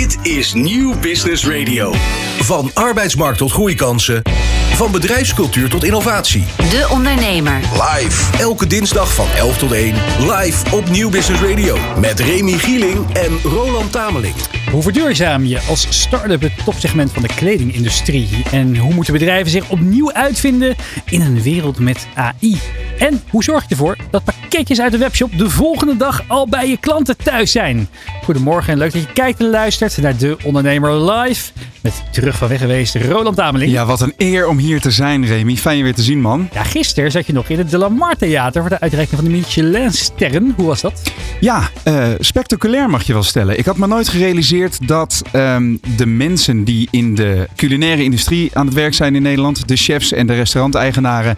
Dit is Nieuw Business Radio. Van arbeidsmarkt tot groeikansen. Van bedrijfscultuur tot innovatie. De Ondernemer. Live. Elke dinsdag van 11 tot 1. Live op Nieuw Business Radio. Met Remy Gieling en Roland Tameling. Hoe verduurzaam je als start-up het topsegment van de kledingindustrie? En hoe moeten bedrijven zich opnieuw uitvinden in een wereld met AI? En hoe zorg je ervoor dat pakketjes uit de webshop de volgende dag al bij je klanten thuis zijn? Goedemorgen en leuk dat je kijkt en luistert naar De Ondernemer Live. Met terug van weg geweest Roland Tameling. Ja, wat een eer om hier te zijn, Remy. Fijn je weer te zien, man. Ja, gisteren zat je nog in het De La Mar Theater voor de uitreiking van de Michelin-sterren. Hoe was dat? Ja, spectaculair mag je wel stellen. Ik had me nooit gerealiseerd dat de mensen die in de culinaire industrie aan het werk zijn in Nederland, de chefs en de restauranteigenaren,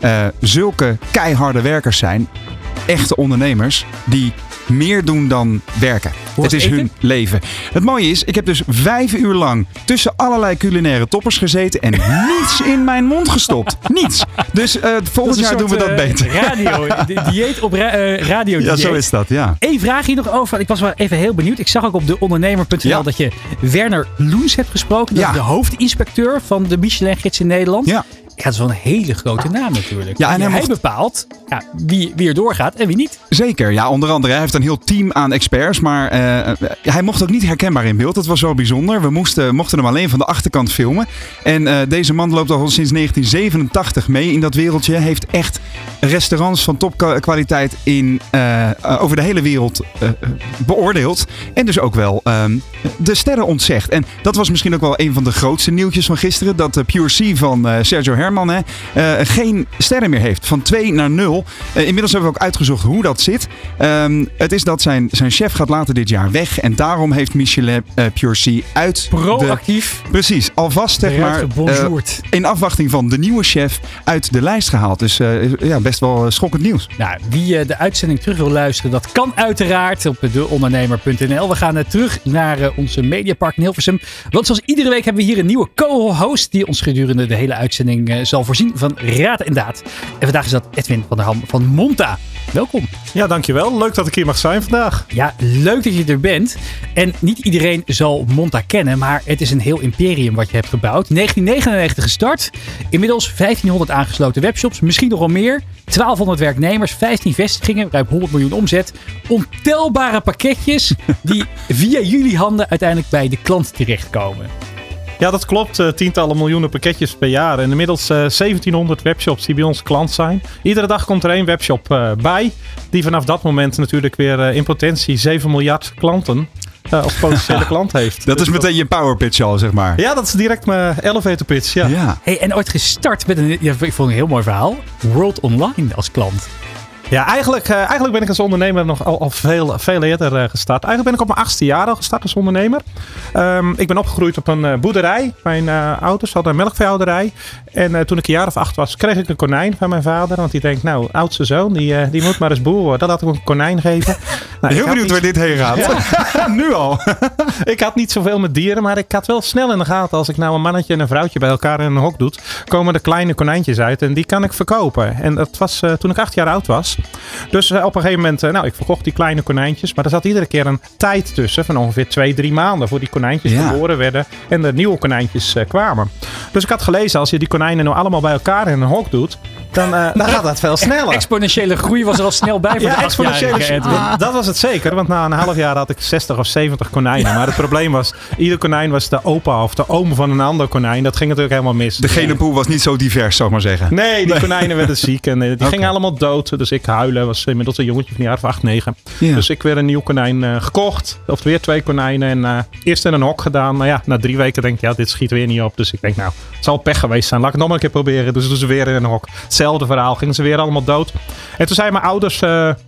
zulke keiharde werkers zijn. Echte ondernemers die meer doen dan werken. Het is hun leven. Het mooie is, ik heb dus 5 uur lang tussen allerlei culinaire toppers gezeten en niets in mijn mond gestopt. Niets. Dus volgend jaar doen we dat beter. Radio, dieet op radio. Ja, zo is dat, ja. Eén vraag hier nog over. Ik was wel even heel benieuwd. Ik zag ook op deondernemer.nl dat je Werner Loens hebt gesproken. Dat is de hoofdinspecteur van de Michelin-gids in Nederland. Ja. Ja, dat is wel een hele grote naam natuurlijk. Ja, en hij bepaalt wie er doorgaat en wie niet. Zeker, ja, onder andere. Hij heeft een heel team aan experts, maar hij mocht ook niet herkenbaar in beeld. Dat was wel bijzonder. We mochten hem alleen van de achterkant filmen. En deze man loopt al sinds 1987 mee in dat wereldje. Heeft echt restaurants van topkwaliteit over de hele wereld beoordeeld. En dus ook wel de sterren ontzegd. En dat was misschien ook wel een van de grootste nieuwtjes van gisteren. Dat Pure C van Sergio Herman geen sterren meer heeft. Van 2 naar 0. Inmiddels hebben we ook uitgezocht hoe dat zit. Het is dat zijn chef gaat later dit jaar weg. En daarom heeft Michelin Pure C uit proactief. Precies. Alvast zeg maar in afwachting van de nieuwe chef uit de lijst gehaald. Dus best wel schokkend nieuws. Nou, wie de uitzending terug wil luisteren, dat kan uiteraard op deondernemer.nl. We gaan terug naar onze Mediapark in Hilversum. Want zoals iedere week hebben we hier een nieuwe co-host die ons gedurende de hele uitzending zal voorzien van raad en daad. En vandaag is dat Edwin van der Ham van Monta. Welkom. Ja, dankjewel. Leuk dat ik hier mag zijn vandaag. Ja, leuk dat je er bent. En niet iedereen zal Monta kennen, maar het is een heel imperium wat je hebt gebouwd. 1999 gestart. Inmiddels 1500 aangesloten webshops, misschien nog wel meer. 1200 werknemers, 15 vestigingen, ruim 100 miljoen omzet. Ontelbare pakketjes die via jullie handen uiteindelijk bij de klant terechtkomen. Ja, dat klopt. Tientallen miljoenen pakketjes per jaar. En inmiddels 1700 webshops die bij ons klant zijn. Iedere dag komt er 1 webshop bij. Die vanaf dat moment natuurlijk weer in potentie 7 miljard klanten als potentiële klant heeft. Dat is meteen je power pitch al, zeg maar. Ja, dat is direct mijn elevator pitch. Ja. Hey, en ooit gestart met ik vond een heel mooi verhaal. World Online als klant. Ja, eigenlijk ben ik als ondernemer nog al veel eerder gestart. Eigenlijk ben ik op mijn 8e jaar al gestart als ondernemer. Ik ben opgegroeid op een boerderij. Mijn ouders hadden een melkveehouderij. En toen ik een jaar of 8 was, kreeg ik een konijn van mijn vader. Want die denkt, oudste zoon, die moet maar eens boer worden. Dat laat ik hem een konijn geven. Heel benieuwd waar dit heen gaat. Ja. Nu al. Ik had niet zoveel met dieren, maar ik had wel snel in de gaten. Als ik een mannetje en een vrouwtje bij elkaar in een hok doe, komen er kleine konijntjes uit. En die kan ik verkopen. En dat was toen ik 8 jaar oud was. Dus op een gegeven moment, ik verkocht die kleine konijntjes. Maar er zat iedere keer een tijd tussen van ongeveer 2-3 maanden. Voor die konijntjes geboren werden en er nieuwe konijntjes kwamen. Dus ik had gelezen, als je die konijnen nou allemaal bij elkaar in een hok doet, dan gaat dat veel sneller. Exponentiële groei was er al snel bij voor de exponentiële. Dat was het zeker, want na een half jaar had ik 60 of 70 konijnen. Maar het probleem was, ieder konijn was de opa of de oom van een ander konijn. Dat ging natuurlijk helemaal mis. De genenpool was niet zo divers, zou ik maar zeggen. Nee, die konijnen werden ziek en die gingen allemaal dood. Dus ik huilen, was inmiddels een jongetje van een jaar of 8, 9. Ja. Dus ik weer een nieuw konijn gekocht. Of weer 2 konijnen en eerst in een hok gedaan. Maar na 3 weken denk ik, dit schiet weer niet op. Dus ik denk, het zal pech geweest zijn. Laat ik het nog maar een keer proberen. Dus doen ze weer in een hok. Hetzelfde verhaal, gingen ze weer allemaal dood. En toen zeiden mijn ouders,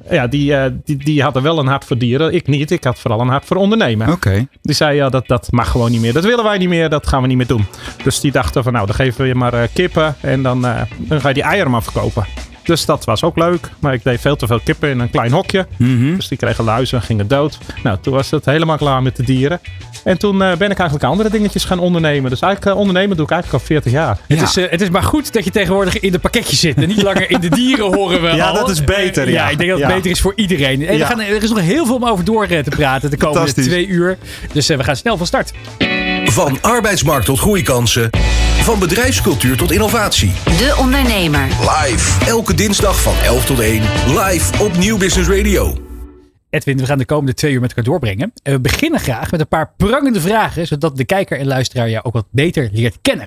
die hadden wel een hart voor dieren. Ik niet, ik had vooral een hart voor ondernemen. Okay. Die zeiden, dat mag gewoon niet meer. Dat willen wij niet meer, dat gaan we niet meer doen. Dus die dachten van, dan geven we je maar kippen en dan ga je die eieren maar verkopen. Dus dat was ook leuk. Maar ik deed veel te veel kippen in een klein hokje. Dus die kregen luizen, gingen dood. Nou, toen was het helemaal klaar met de dieren. En toen ben ik eigenlijk andere dingetjes gaan ondernemen. Dus eigenlijk ondernemen doe ik eigenlijk al 40 jaar. Ja. Het is maar goed dat je tegenwoordig in de pakketjes zit. En niet langer in de dieren horen we Ja, al. dat is beter. Ja, ik denk dat het beter is voor iedereen. En er is nog heel veel om over door te praten de komende 2 uur. Dus we gaan snel van start. Van arbeidsmarkt tot groeikansen. Van bedrijfscultuur tot innovatie. De Ondernemer. Live. Elke dinsdag van 11 tot 1. Live op Nieuw Business Radio. Edwin, we gaan de komende 2 uur met elkaar doorbrengen. En we beginnen graag met een paar prangende vragen. Zodat de kijker en luisteraar jou ook wat beter leert kennen.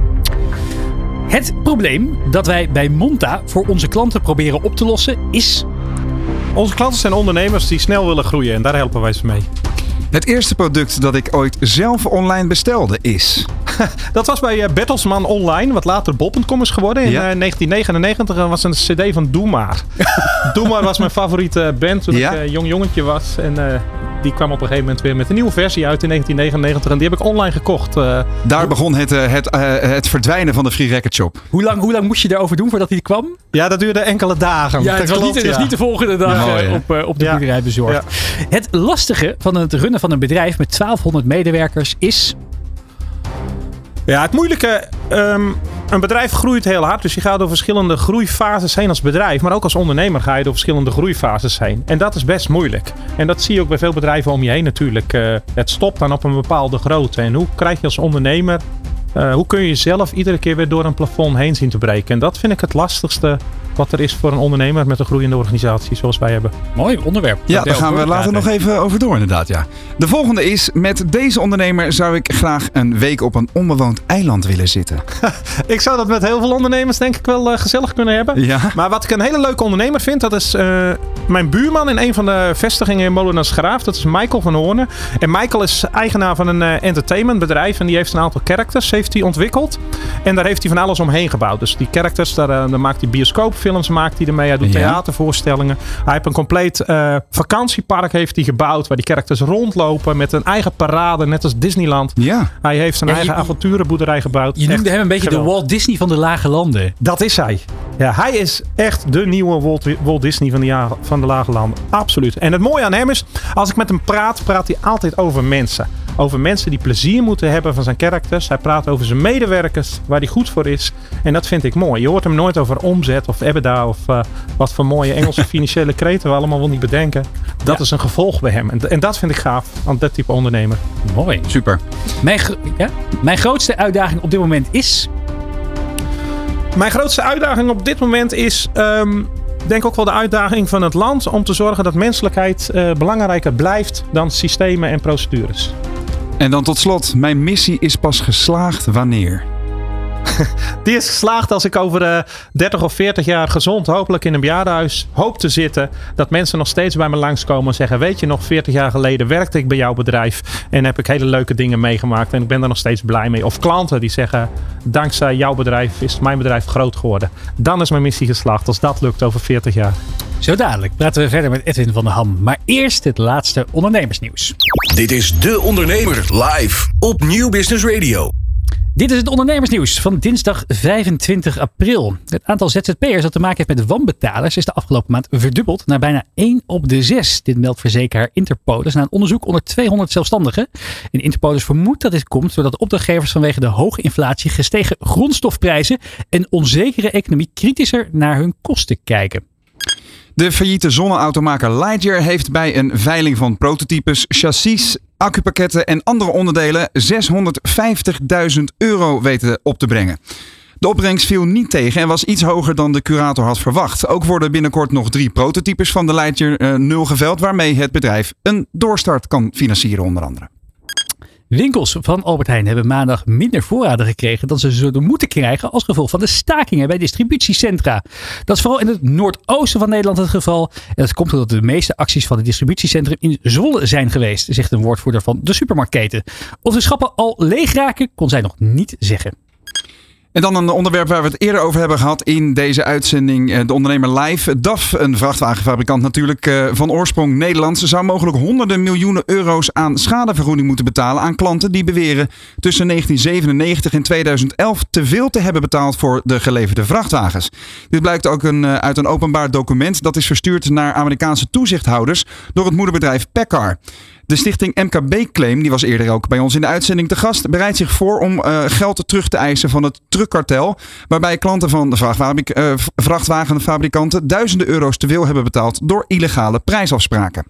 Het probleem dat wij bij Monta voor onze klanten proberen op te lossen is... Onze klanten zijn ondernemers die snel willen groeien. En daar helpen wij ze mee. Het eerste product dat ik ooit zelf online bestelde is... Dat was bij Bertelsmann Online, wat later bol.com is geworden. In 1999 was een cd van Doe Maar. Doe Maar was mijn favoriete band toen ik jong jongetje was. En die kwam op een gegeven moment weer met een nieuwe versie uit in 1999. En die heb ik online gekocht. Daar begon het verdwijnen van de Free Record Shop. Hoe lang moest je daarover doen voordat hij kwam? Ja, dat duurde enkele dagen. Ja, het was niet de volgende dag op de boerderij bezorgd. Ja. Het lastige van het runnen van een bedrijf met 1200 medewerkers is... Ja, het moeilijke... een bedrijf groeit heel hard. Dus je gaat door verschillende groeifases heen als bedrijf. Maar ook als ondernemer ga je door verschillende groeifases heen. En dat is best moeilijk. En dat zie je ook bij veel bedrijven om je heen natuurlijk. Het stopt dan op een bepaalde grootte. En hoe krijg je als ondernemer... hoe kun je jezelf iedere keer weer door een plafond heen zien te breken? En dat vind ik het lastigste wat er is voor een ondernemer met een groeiende organisatie zoals wij hebben. Mooi onderwerp. Ja, daar gaan we later nog even over door inderdaad. Ja. De volgende is, met deze ondernemer zou ik graag een week op een onbewoond eiland willen zitten. Ik zou dat met heel veel ondernemers denk ik wel gezellig kunnen hebben. Ja. Maar wat ik een hele leuke ondernemer vind, dat is mijn buurman in een van de vestigingen in Molenaarsgraaf. Dat is Michael van Hoornen. En Michael is eigenaar van een entertainmentbedrijf en die heeft een aantal characters heeft hij ontwikkeld. En daar heeft hij van alles omheen gebouwd. Dus die characters, daar maakt hij bioscoopfilms, maakt hij ermee. Hij doet theatervoorstellingen. Hij heeft een compleet vakantiepark heeft hij gebouwd, waar die characters rondlopen met een eigen parade, net als Disneyland. Ja. Hij heeft zijn eigen avonturenboerderij gebouwd. Je noemde hem een beetje de Walt Disney van de Lage Landen. Dat is hij. Ja, hij is echt de nieuwe Walt Disney van de Lage Landen. Absoluut. En het mooie aan hem is, als ik met hem praat hij altijd over mensen. Over mensen die plezier moeten hebben van zijn characters. Hij praat over zijn medewerkers, waar hij goed voor is. En dat vind ik mooi. Je hoort hem nooit over omzet of EBITDA of wat voor mooie Engelse financiële kreten we allemaal wel niet bedenken. Dat is een gevolg bij hem. En dat vind ik gaaf aan dat type ondernemer. Mooi. Super. Mijn grootste uitdaging op dit moment is... Mijn grootste uitdaging op dit moment is... denk ook wel de uitdaging van het land om te zorgen dat menselijkheid belangrijker blijft dan systemen en procedures. En dan tot slot, mijn missie is pas geslaagd wanneer? Die is geslaagd als ik over 30 of 40 jaar gezond, hopelijk in een bejaardenhuis, hoop te zitten. Dat mensen nog steeds bij me langskomen en zeggen, weet je nog, 40 jaar geleden werkte ik bij jouw bedrijf en heb ik hele leuke dingen meegemaakt en ik ben daar nog steeds blij mee. Of klanten die zeggen, dankzij jouw bedrijf is mijn bedrijf groot geworden. Dan is mijn missie geslaagd als dat lukt over 40 jaar. Zo dadelijk praten we verder met Edwin van der Ham. Maar eerst het laatste ondernemersnieuws. Dit is De Ondernemer live op Nieuw Business Radio. Dit is het ondernemersnieuws van dinsdag 25 april. Het aantal ZZP'ers dat te maken heeft met wanbetalers is de afgelopen maand verdubbeld naar bijna 1 op de 6. Dit meldt verzekeraar Interpolis na een onderzoek onder 200 zelfstandigen. En Interpolis vermoedt dat dit komt doordat opdrachtgevers vanwege de hoge inflatie, gestegen grondstofprijzen en onzekere economie kritischer naar hun kosten kijken. De failliete zonneautomaker Lightyear heeft bij een veiling van prototypes, chassis, accupakketten en andere onderdelen €650.000 weten op te brengen. De opbrengst viel niet tegen en was iets hoger dan de curator had verwacht. Ook worden binnenkort nog 3 prototypes van de Lightyear 0 geveild, waarmee het bedrijf een doorstart kan financieren onder andere. Winkels van Albert Heijn hebben maandag minder voorraden gekregen dan ze zouden moeten krijgen als gevolg van de stakingen bij distributiecentra. Dat is vooral in het noordoosten van Nederland het geval. En dat komt doordat de meeste acties van het distributiecentrum in Zwolle zijn geweest, zegt een woordvoerder van de supermarktketen. Of de schappen al leeg raken, kon zij nog niet zeggen. En dan een onderwerp waar we het eerder over hebben gehad in deze uitzending. De ondernemer Live. DAF, een vrachtwagenfabrikant natuurlijk van oorsprong Nederlands, zou mogelijk honderden miljoenen euro's aan schadevergoeding moeten betalen aan klanten die beweren tussen 1997 en 2011 te veel te hebben betaald voor de geleverde vrachtwagens. Dit blijkt ook uit een openbaar document dat is verstuurd naar Amerikaanse toezichthouders door het moederbedrijf PACCAR. De stichting MKB Claim, die was eerder ook bij ons in de uitzending te gast, bereidt zich voor om geld terug te eisen van het truckkartel, waarbij klanten van de vrachtwagenfabrikanten duizenden euro's te veel hebben betaald door illegale prijsafspraken.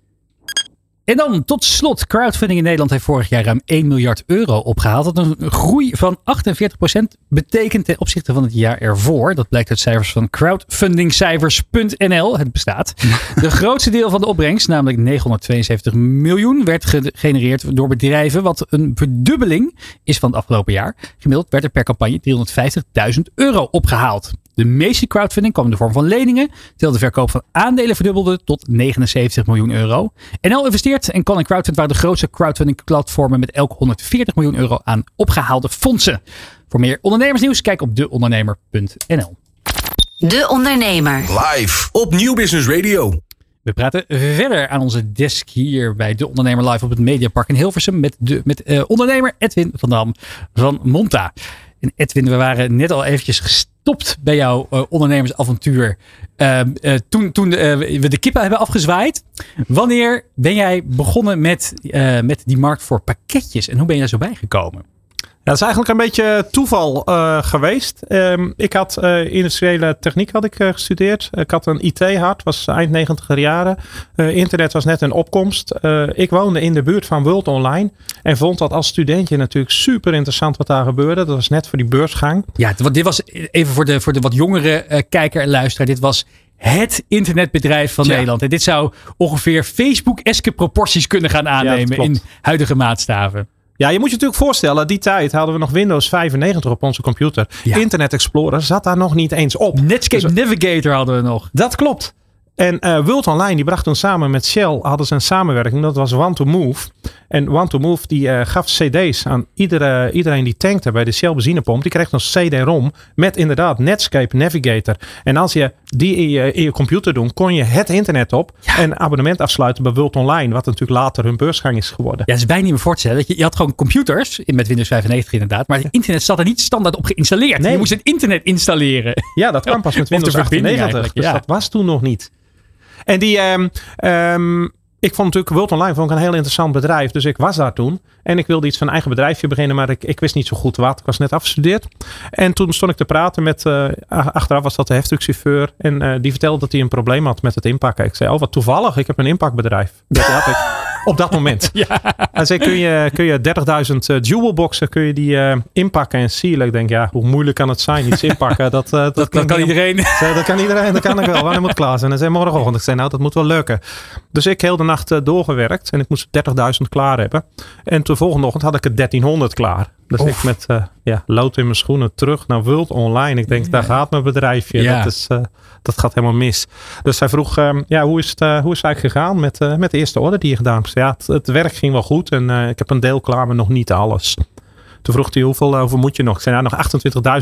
En dan tot slot, crowdfunding in Nederland heeft vorig jaar ruim 1 miljard euro opgehaald. Dat een groei van 48% betekent ten opzichte van het jaar ervoor. Dat blijkt uit cijfers van crowdfundingcijfers.nl. Het bestaat. De grootste deel van de opbrengst, namelijk 972 miljoen, werd gegenereerd door bedrijven, wat een verdubbeling is van het afgelopen jaar. Gemiddeld werd er per campagne 350.000 euro opgehaald. De meeste crowdfunding kwam in de vorm van leningen, terwijl de verkoop van aandelen verdubbelde tot 79 miljoen euro. NL investeert en Colin Crowdfund waren de grootste crowdfunding platformen met elk 140 miljoen euro aan opgehaalde fondsen. Voor meer ondernemersnieuws, kijk op deondernemer.nl. De Ondernemer. Live op Nieuw Business Radio. We praten verder aan onze desk hier bij De Ondernemer live op het Mediapark in Hilversum met ondernemer Edwin van Dam van Monta. En Edwin, we waren net al eventjes gestopt bij jouw ondernemersavontuur toen we de kippen hebben afgezwaaid. Wanneer ben jij begonnen met die markt voor pakketjes en hoe ben je daar zo bijgekomen? Ja, dat is eigenlijk een beetje toeval geweest. Ik had industriële techniek gestudeerd. Ik had een IT-hart, was eind 90er jaren. Internet was net in opkomst. Ik woonde in de buurt van World Online. En vond dat als studentje natuurlijk super interessant wat daar gebeurde. Dat was net voor die beursgang. Ja, dit was even voor de wat jongere kijker en luisteraar. Dit was het internetbedrijf van Nederland. En dit zou ongeveer Facebook-eske proporties kunnen gaan aannemen in huidige maatstaven. Ja, je moet je natuurlijk voorstellen, die tijd hadden we nog Windows 95 op onze computer. Ja. Internet Explorer zat daar nog niet eens op. Netscape Navigator hadden we nog. Dat klopt. En World Online, die bracht toen samen met Shell, hadden ze een samenwerking. Dat was Want2Move. En Want2Move die gaf cd's aan iedereen die tankte bij de Shell benzinepomp. Die kreeg een cd-rom met inderdaad Netscape Navigator. En als je die in je computer doet, kon je het internet op. Ja. En abonnement afsluiten bij World Online. Wat natuurlijk later hun beursgang is geworden. Ja, dat is bijna niet meer voor te stellen. Je had gewoon computers met Windows 95 inderdaad. Maar het internet zat er niet standaard op geïnstalleerd. Nee. Je moest het internet installeren. Ja, dat kwam pas met Windows 98. Dus dat was toen nog niet. En ik vond natuurlijk World Online een heel interessant bedrijf. Dus ik was daar toen. En ik wilde iets van een eigen bedrijfje beginnen. Maar ik wist niet zo goed wat. Ik was net afgestudeerd. En toen stond ik te praten met... achteraf was dat de heftruckchauffeur. En die vertelde dat hij een probleem had met het inpakken. Ik zei, wat toevallig. Ik heb een inpakbedrijf. Dat had ik op dat moment. Ja. Hij zei, kun je 30.000 jewelboxen kun je die inpakken en sealen. Ik denk, hoe moeilijk kan het zijn? Iets inpakken. Dat kan iedereen. Dat kan iedereen. Dat kan ik wel. Wanneer moet het klaar zijn? En zei morgenochtend. Ik zei, dat moet wel lukken. Dus ik heel de nacht doorgewerkt. En ik moest 30.000 klaar hebben. En de volgende ochtend had ik het 1300 klaar. Dus ik met lood in mijn schoenen terug naar World Online. Ik denk, daar gaat mijn bedrijfje. Ja. Dat gaat helemaal mis. Dus hij vroeg, hoe is het eigenlijk gegaan met de eerste order die je gedaan hebt? Ja, het werk ging wel goed. En ik heb een deel klaar, maar nog niet alles. Toen vroeg hij, hoeveel moet je nog? Ik zei, nog 28.700.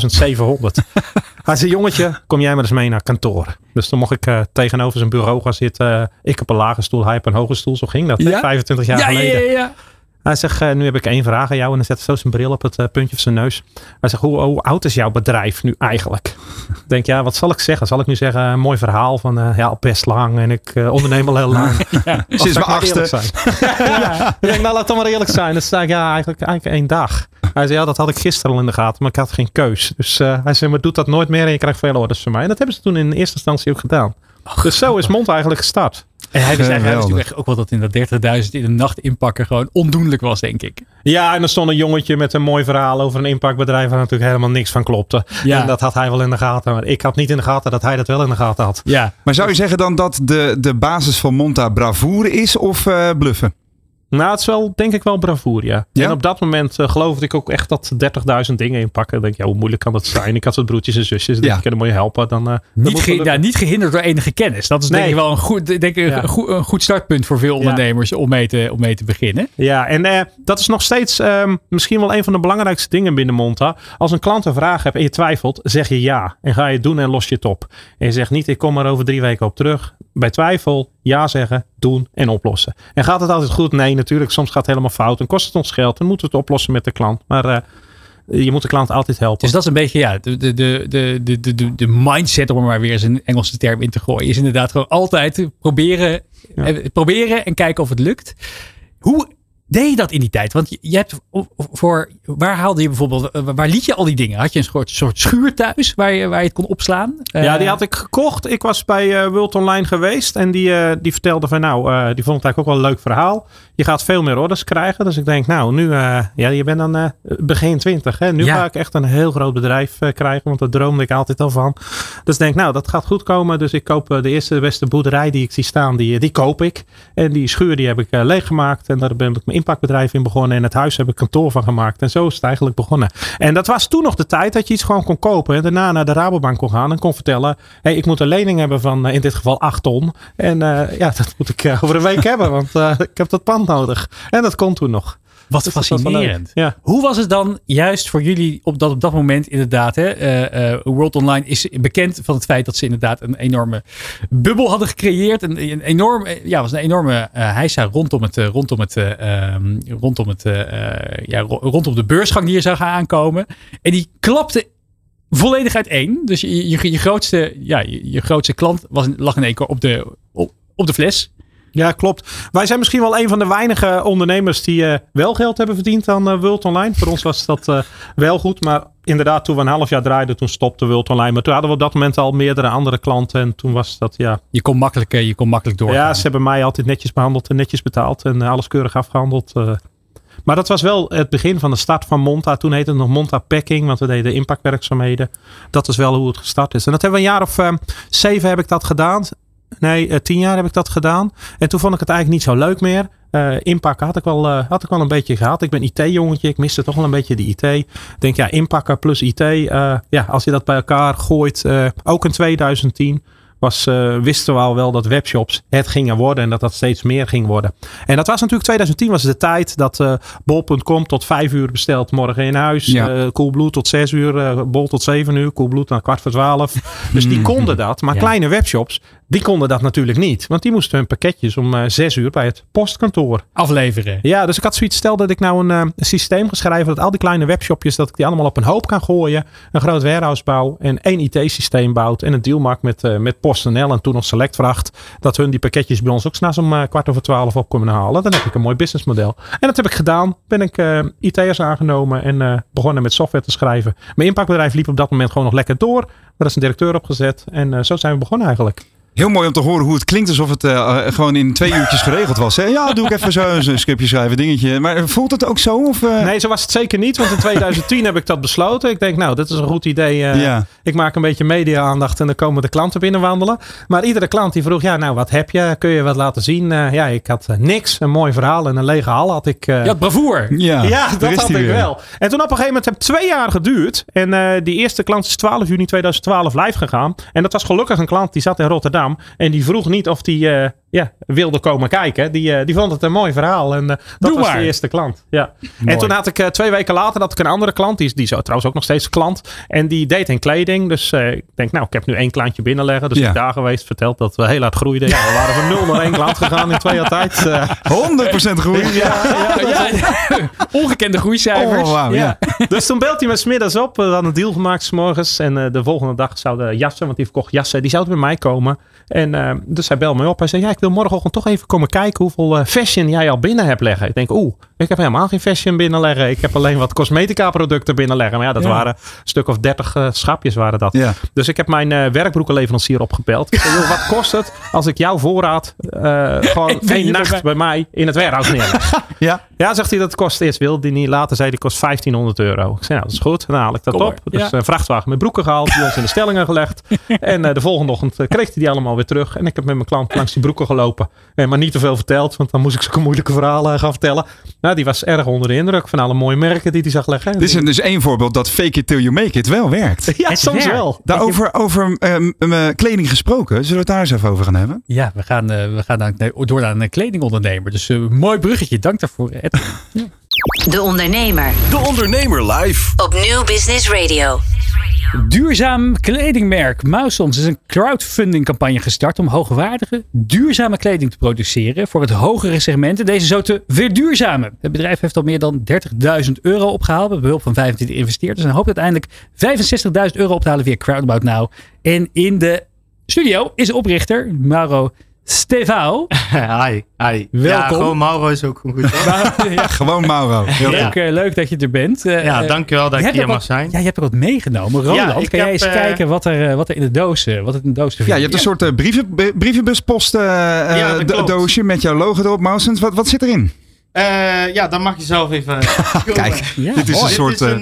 Hij zei, jongetje, kom jij maar eens mee naar kantoor. Dus toen mocht ik tegenover zijn bureau gaan zitten. Ik heb een lage stoel, hij op een hoge stoel. Zo ging dat, 25 jaar geleden. Ja. Hij zegt, nu heb ik 1 vraag aan jou. En dan zet hij zo zijn bril op het puntje van zijn neus. Hij zegt, hoe oud is jouw bedrijf nu eigenlijk? Ik denk, wat zal ik zeggen? Zal ik nu zeggen, een mooi verhaal van, best lang. En ik onderneem al heel lang. Sinds mijn 8e. Ik denk, laat het dan maar eerlijk zijn. Dan zei ik, eigenlijk 1 dag. Hij zei, dat had ik gisteren al in de gaten. Maar ik had geen keus. Dus hij zei, maar doe dat nooit meer. En je krijgt veel orders van mij. En dat hebben ze toen in eerste instantie ook gedaan. Dus zo is Monta eigenlijk gestart. En hij wist natuurlijk ook wel dat in dat 30.000 in de nacht inpakken gewoon ondoenlijk was, denk ik. Ja, en er stond een jongetje met een mooi verhaal over een inpakbedrijf waar natuurlijk helemaal niks van klopte. Ja. En dat had hij wel in de gaten. Maar ik had niet in de gaten dat hij dat wel in de gaten had. Ja. Maar zou je zeggen dan dat de basis van Monta bravoure is of bluffen? Nou, het is wel, denk ik wel bravoer, ja. En op dat moment geloofde ik ook echt dat 30.000 dingen inpakken. Dan denk ik, hoe moeilijk kan dat zijn? Ik had wat broertjes en zusjes. Ik kan moet je helpen. Dan niet gehinderd door enige kennis. Dat is denk ik wel een goed startpunt voor veel ondernemers om mee te beginnen. Ja, en dat is nog steeds misschien wel een van de belangrijkste dingen binnen Monta. Als een klant een vraag hebt en je twijfelt, zeg je ja. En ga je het doen en los je het op. En je zegt niet, ik kom er over 3 weken op terug. Bij twijfel, ja zeggen, doen en oplossen. En gaat het altijd goed? Nee, natuurlijk. Soms gaat het helemaal fout. En kost het ons geld. Dan moeten we het oplossen met de klant. Maar je moet de klant altijd helpen. Dus dat is een beetje de mindset, om er maar weer eens een Engelse term in te gooien. Is inderdaad gewoon altijd proberen en kijken of het lukt. Hoe deed je dat in die tijd? Want je hebt waar haalde je bijvoorbeeld, waar liet je al die dingen? Had je een soort schuur thuis waar je het kon opslaan? Ja, die had ik gekocht. Ik was bij World Online geweest en die vertelde van die vond het eigenlijk ook wel een leuk verhaal. Je gaat veel meer orders krijgen. Dus ik denk nu, je bent dan begin 20. Hè? Nu ga ik echt een heel groot bedrijf krijgen, want daar droomde ik altijd al van. Dus ik denk, dat gaat goed komen. Dus ik koop de eerste de beste boerderij die ik zie staan, die koop ik. En die schuur die heb ik leeggemaakt en daar ben ik mijn inpakbedrijf in begonnen. En het huis heb ik kantoor van gemaakt. En zo is het eigenlijk begonnen. En dat was toen nog de tijd dat je iets gewoon kon kopen. En daarna naar de Rabobank kon gaan en kon vertellen, ik moet een lening hebben van in dit geval 8 ton. En dat moet ik over een week hebben, want ik heb dat pand nodig. En dat kon toen nog. Wat dus fascinerend. Ja. Hoe was het dan juist voor jullie op dat moment inderdaad? World Online is bekend van het feit dat ze inderdaad een enorme bubbel hadden gecreëerd. Een enorme heisa rondom de beursgang die er zou gaan aankomen. En die klapte volledig uiteen. Dus je grootste klant lag in één keer op de fles. Ja, klopt. Wij zijn misschien wel een van de weinige ondernemers die wel geld hebben verdiend aan World Online. Voor ons was dat wel goed. Maar inderdaad, toen we een half jaar draaiden, toen stopte World Online. Maar toen hadden we op dat moment al meerdere andere klanten. En toen was dat, Je kon makkelijk doorgaan. Ja, ze hebben mij altijd netjes behandeld en netjes betaald. En alles keurig afgehandeld. Maar dat was wel het begin van de start van Monta. Toen heette het nog Monta Packing, want we deden inpakwerkzaamheden. Dat is wel hoe het gestart is. En dat hebben we een jaar of 7 heb ik dat gedaan. Nee, 10 jaar heb ik dat gedaan. En toen vond ik het eigenlijk niet zo leuk meer. Inpakken had ik wel een beetje gehad. Ik ben IT-jongetje. Ik miste toch wel een beetje de IT. Ik denk, inpakken plus IT. Als je dat bij elkaar gooit. Ook in 2010 wisten we al wel dat webshops het gingen worden. En dat steeds meer ging worden. En dat was natuurlijk 2010 was de tijd dat bol.com tot 5 uur bestelt morgen in huis. Ja. Coolblue tot 6 uur. Bol tot 7 uur. Coolblue tot 11:15. Dus die konden dat. Maar kleine webshops, die konden dat natuurlijk niet. Want die moesten hun pakketjes om 6 uur bij het postkantoor afleveren. Ja, dus ik had zoiets, stel dat ik nou een systeem geschreven dat al die kleine webshopjes, dat ik die allemaal op een hoop kan gooien. Een groot warehouse bouw en 1 IT-systeem bouwt. En een deal maakt met PostNL en toen nog Selectvracht. Dat hun die pakketjes bij ons ook 's nachts om 11:15 op kunnen halen. Dan heb ik een mooi businessmodel. En dat heb ik gedaan. Ben ik IT'ers aangenomen en begonnen met software te schrijven. Mijn inpakbedrijf liep op dat moment gewoon nog lekker door. Daar is een directeur opgezet. En zo zijn we begonnen eigenlijk. Heel mooi om te horen hoe het klinkt alsof het gewoon in 2 uurtjes geregeld was. Hè? Ja, doe ik even zo een scriptje schrijven, dingetje. Maar voelt het ook zo? Of, Nee, zo was het zeker niet. Want in 2010 heb ik dat besloten. Ik denk, dit is een goed idee. Ik maak een beetje media-aandacht en dan komen de klanten binnenwandelen. Maar iedere klant die vroeg, wat heb je? Kun je wat laten zien? Ik had niks. Een mooi verhaal en een lege hal had ik. Je had bravoer. Ja, dat had ik wel. En toen op een gegeven moment heb het 2 jaar geduurd. En die eerste klant is 12 juni 2012 live gegaan. En dat was gelukkig een klant die zat in Rotterdam. En die vroeg niet of die wilde komen kijken. Die vond het een mooi verhaal. En dat was de eerste klant. Ja. En toen had ik 2 weken later een andere klant. Die is trouwens ook nog steeds klant. En die deed in kleding. Dus ik denk, ik heb nu 1 klantje binnenleggen. Dus ik daar geweest verteld dat we heel hard groeiden. Ja, we waren van 0 naar 1 klant gegaan in 2 jaar tijd. 100% groei. Ongekende groeicijfers. Oh, wow, ja. Dus toen belt hij me 's middags op. We hadden een deal gemaakt 's morgens. En de volgende dag zouden jassen, want die verkocht jassen. Die zouden bij mij komen. En dus hij belde me op. Hij zei, ik wil morgenochtend toch even komen kijken hoeveel fashion jij al binnen hebt leggen. Ik denk, ik heb helemaal geen fashion binnenleggen. Ik heb alleen wat cosmetica producten binnenleggen. Maar dat waren een stuk of 30 schapjes waren dat. Ja. Dus ik heb mijn werkbroekenleverancier opgebeld. Ik zei, wat kost het als ik jouw voorraad gewoon 1 nacht bij mij in het warehouse neerleg? Ja, zegt hij, dat kost eerst wilde hij niet. Later zei hij, kost €1.500. Ik zei, dat is goed. Dan haal ik dat op. Dus een vrachtwagen met broeken gehaald. Die ons in de stellingen gelegd. En de volgende ochtend kreeg hij die allemaal weer terug. En ik heb met mijn klant langs die broeken gelopen. Maar niet te veel verteld, want dan moest ik zulke moeilijke verhalen gaan vertellen. Nou, die was erg onder de indruk van alle mooie merken die hij zag leggen. Dit is dus één voorbeeld dat fake it till you make it wel werkt. Ja, Het soms werkt. wel. Daarover over kleding gesproken. Zullen we het daar eens even over gaan hebben? Ja, we gaan door naar een kledingondernemer. Dus mooi bruggetje. Dank daarvoor, Ed. De Ondernemer De Ondernemer live. op Nieuw Business Radio. Duurzaam kledingmerk Mausons is een crowdfundingcampagne gestart om hoogwaardige, duurzame kleding te produceren voor het hogere segment en deze zo te verduurzamen. Het bedrijf heeft al meer dan €30.000 opgehaald met behulp van 25 investeerders en hoopt uiteindelijk €65.000 op te halen via Crowdabout Now. En in de studio is de oprichter Mauro Stefao. Hi. Welkom. Ja, gewoon Mauro is ook goed. Hoor. Ja, Gewoon Mauro. Heel Ja. leuk dat je er bent. Ja, dankjewel dat ik hier mag zijn. Ja, je hebt er wat meegenomen. Roland, ik kan jij heb, eens kijken wat er in de doos te vinden Ja, je hebt een soort brievenbuspost dat klopt. doosje met jouw logo erop, Mausons. Wat zit erin? Ja, dan mag je zelf even... Kijk, Ja, dit is mooi. een soort... Dit is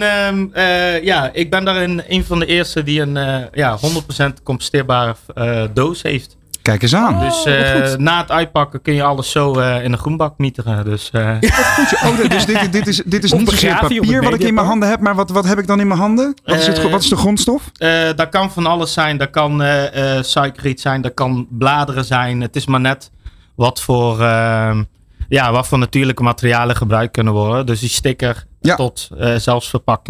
ik ben daarin een van de eerste die een 100% composteerbare doos heeft. Kijk eens aan. Dus na het uitpakken kun je alles zo in een groenbak mieteren. Dus, Dus dit is Of niet zozeer begraaf je op papier het wat ik in mijn mediapark? handen heb, maar wat heb ik dan in mijn handen? Wat is de grondstof? dat kan van alles zijn. Dat kan suikerriet zijn. Dat kan bladeren zijn. Het is maar net wat voor natuurlijke materialen gebruikt kunnen worden. Dus die sticker tot zelfs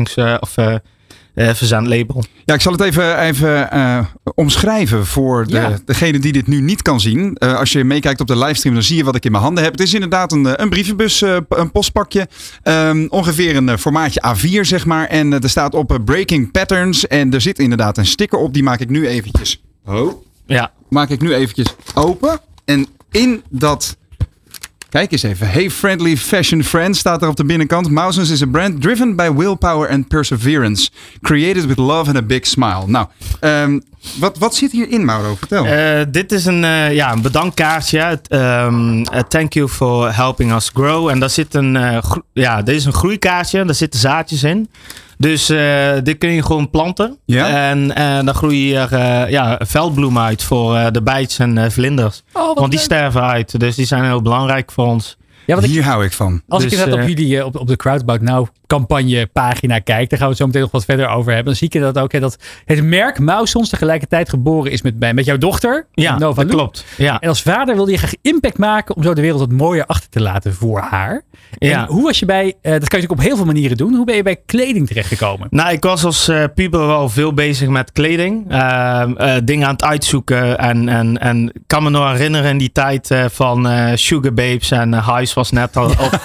verzendlabel. Ja, ik zal het even omschrijven voor degene die dit nu niet kan zien. Als je meekijkt op de livestream, dan zie je wat ik in mijn handen heb. Het is inderdaad een brievenbus, een postpakje. Ongeveer een formaatje A4, zeg maar. En er staat op Breaking Patterns. En er zit inderdaad een sticker op. Die maak ik nu eventjes... Maak ik nu eventjes open. En in dat... Kijk eens even. Hey friendly fashion friends staat er op de binnenkant. Mausons is a brand driven by willpower and perseverance. Created with love and a big smile. Nou, wat zit hierin, Mauro? Vertel. Dit is een bedankkaartje. Thank you for helping us grow. En daar zit dit is een groeikaartje. Daar zitten zaadjes in. Dus dit kun je gewoon planten. Ja? En dan groeien er veldbloemen uit voor de bijtjes en vlinders. Want die sterven uit. Dus die zijn heel belangrijk voor ons. Ja, Hier hou ik van. Als ik Dus, inderdaad op jullie op de Crowdabout Now campagne pagina kijk, daar gaan we het zo meteen nog wat verder over hebben. Dan zie ik dat ook, dat het merk Mausons tegelijkertijd geboren is met jouw dochter. Ja, Nova dat Lou. klopt. Ja. En als vader wilde je graag impact maken om zo de wereld wat mooier achter te laten voor haar. En Ja. hoe was je bij, dat kan je natuurlijk op heel veel manieren doen, hoe ben je bij kleding terechtgekomen? Nou, ik was als puber wel veel bezig met kleding. Dingen aan het uitzoeken. En ik kan me nog herinneren in die tijd van Sugar Babes en Highs was net al op.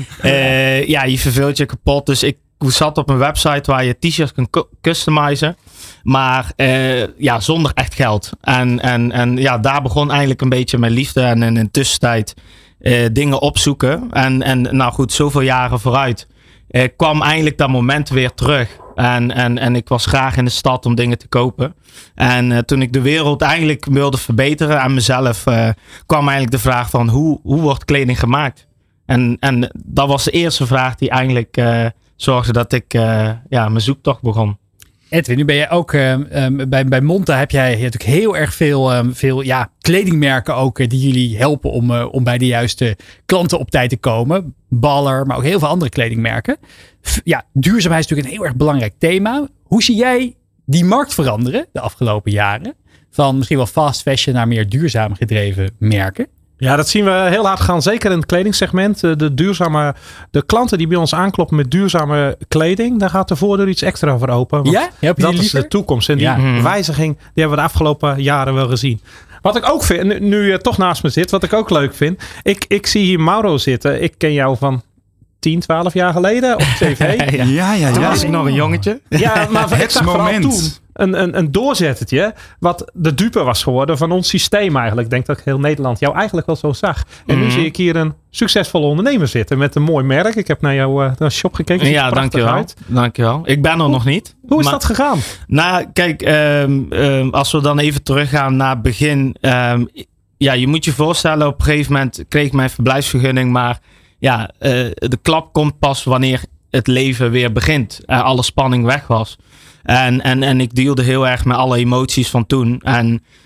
Je verveelt je kapot. Dus ik zat op een website waar je t-shirts kan customizen. Maar zonder echt geld. En daar begon eigenlijk een beetje mijn liefde. En in de tussentijd dingen opzoeken. En nou goed, zoveel jaren vooruit. Kwam eigenlijk dat moment weer terug. En ik was graag in de stad om dingen te kopen. En toen ik de wereld eigenlijk wilde verbeteren aan mezelf, kwam eigenlijk de vraag van hoe wordt kleding gemaakt? En dat was de eerste vraag die eigenlijk zorgde dat ik mijn zoektocht begon. Edwin, nu ben jij ook bij Monta heb jij natuurlijk heel erg veel kledingmerken ook die jullie helpen om bij de juiste klanten op tijd te komen. Baller, maar ook heel veel andere kledingmerken. Duurzaamheid is natuurlijk een heel erg belangrijk thema. Hoe zie jij die markt veranderen de afgelopen jaren? Van misschien wel fast fashion naar meer duurzaam gedreven merken. Ja, dat zien we heel hard gaan. Zeker in het kledingssegment. De klanten die bij ons aankloppen met duurzame kleding. Daar gaat de voordeur iets extra voor open. Want dat is de toekomst. En die wijziging die hebben we de afgelopen jaren wel gezien. Wat ik ook vind, nu je toch naast me zit. Wat ik ook leuk vind. Ik zie hier Mauro zitten. Ik ken jou van 10, 12 jaar geleden op tv. Toen was ik nog een jongetje. Ja, maar ik zag vooral moment. toen een doorzettertje wat de dupe was geworden van ons systeem eigenlijk. Ik denk dat heel Nederland jou eigenlijk wel zo zag. En nu zie ik hier een succesvolle ondernemer zitten met een mooi merk. Ik heb naar jouw shop gekeken. Ja, dankjewel. Ik ben er nog niet. Hoe is dat gegaan? Nou, kijk, als we dan even teruggaan naar het begin. Je moet je voorstellen, op een gegeven moment kreeg ik mijn verblijfsvergunning. Maar de klap komt pas wanneer het leven weer begint. Alle spanning weg was. En ik dealde heel erg met alle emoties van toen. En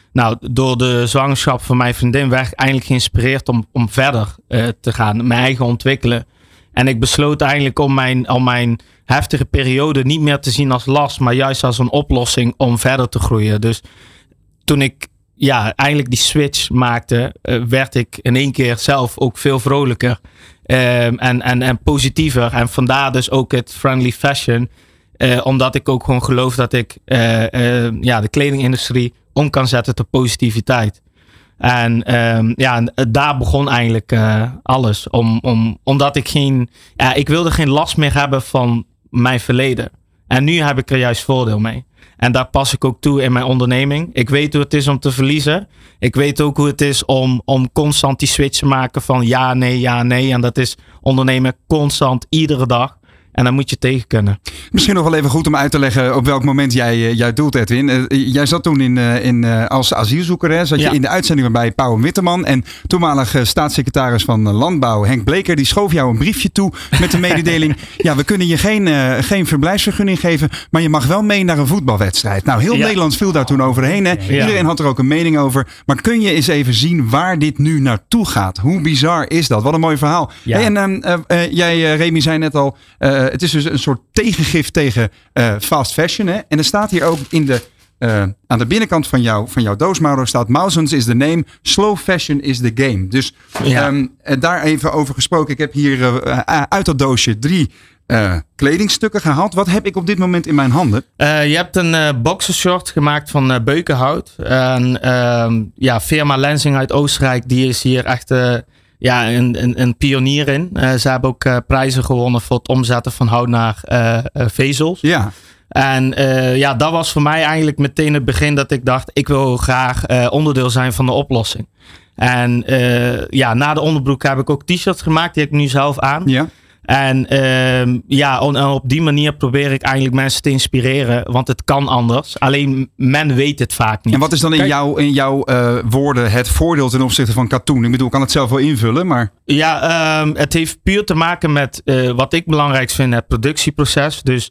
Nou, door de zwangerschap van mijn vriendin werd ik eigenlijk geïnspireerd om verder te gaan. Mijn eigen ontwikkelen. En ik besloot eigenlijk om mijn heftige periode niet meer te zien als last, maar juist als een oplossing om verder te groeien. Dus toen ik eigenlijk die switch maakte, werd ik in één keer zelf ook veel vrolijker en positiever. En vandaar dus ook het friendly fashion. Omdat ik ook gewoon geloof dat ik de kledingindustrie om kan zetten tot positiviteit. En daar begon eigenlijk alles. Omdat ik wilde geen last meer hebben van mijn verleden. En nu heb ik er juist voordeel mee. En daar pas ik ook toe in mijn onderneming. Ik weet hoe het is om te verliezen. Ik weet ook hoe het is om constant die switch te maken van ja, nee. En dat is ondernemen constant, iedere dag. En daar moet je tegen kunnen. Misschien nog wel even goed om uit te leggen op welk moment jij doelt, Edwin. Jij zat toen als asielzoeker. Hè? Zat je in de uitzending bij Pauw Witteman. En toenmalig staatssecretaris van Landbouw, Henk Bleker, die schoof jou een briefje toe met de mededeling. We kunnen je geen verblijfsvergunning geven, maar je mag wel mee naar een voetbalwedstrijd. Nou, heel Nederland viel daar toen overheen. Hè? Ja. Iedereen had er ook een mening over. Maar kun je eens even zien waar dit nu naartoe gaat? Hoe bizar is dat? Wat een mooi verhaal. Ja. Hey, jij, Remy, zei net al, het is dus een soort tegengif tegen fast fashion. Hè? En er staat hier ook aan de binnenkant van jouw doosmouw staat: Mousens is the name, slow fashion is the game. Dus daar even over gesproken. Ik heb hier uit dat doosje 3 kledingstukken gehaald. Wat heb ik op dit moment in mijn handen? Je hebt een boxershort gemaakt van beukenhout. Firma Lenzing uit Oostenrijk, die is hier echt een pionier in. Ze hebben ook prijzen gewonnen voor het omzetten van hout naar vezels. Ja. En dat was voor mij eigenlijk meteen het begin dat ik dacht, ik wil graag onderdeel zijn van de oplossing. En na de onderbroek heb ik ook t-shirts gemaakt, die heb ik nu zelf aan. Ja. En op die manier probeer ik eigenlijk mensen te inspireren. Want het kan anders. Alleen men weet het vaak niet. En wat is dan in jouw woorden het voordeel ten opzichte van katoen? Ik bedoel, ik kan het zelf wel invullen, maar... Ja, het heeft puur te maken met wat ik belangrijk vind, het productieproces. Dus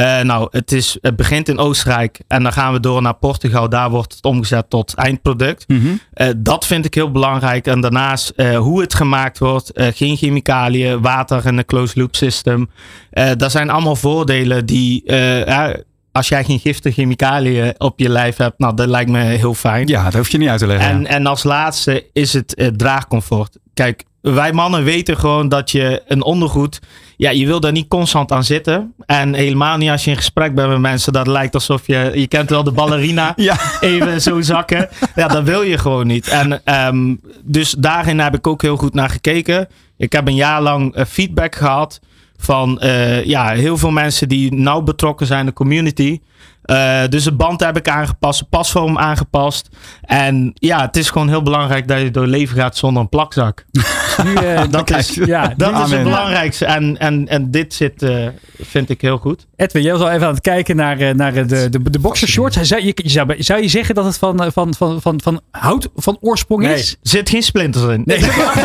het begint in Oostenrijk en dan gaan we door naar Portugal. Daar wordt het omgezet tot eindproduct. Mm-hmm. Dat vind ik heel belangrijk. En daarnaast hoe het gemaakt wordt. Geen chemicaliën, water en een closed loop system. Dat zijn allemaal voordelen die... als jij geen giftige chemicaliën op je lijf hebt, nou, dat lijkt me heel fijn. Ja, dat hoef je niet uit te leggen. En als laatste is het draagcomfort. Kijk, wij mannen weten gewoon dat je een ondergoed... Ja, je wil daar niet constant aan zitten. En helemaal niet als je in gesprek bent met mensen. Dat lijkt alsof je kent wel de ballerina. Even zo zakken. Ja, dat wil je gewoon niet. En dus daarin heb ik ook heel goed naar gekeken. Ik heb een jaar lang feedback gehad van heel veel mensen die nauw betrokken zijn in de community. Dus de band heb ik aangepast, de pasvorm aangepast. En het is gewoon heel belangrijk dat je door het leven gaat zonder een plakzak. Dat is het belangrijkste. En dit vind ik heel goed. Edwin, jij was al even aan het kijken naar de boxershorts. Zou je zeggen dat het van hout van oorsprong is? Er zit geen splinters in. Nee.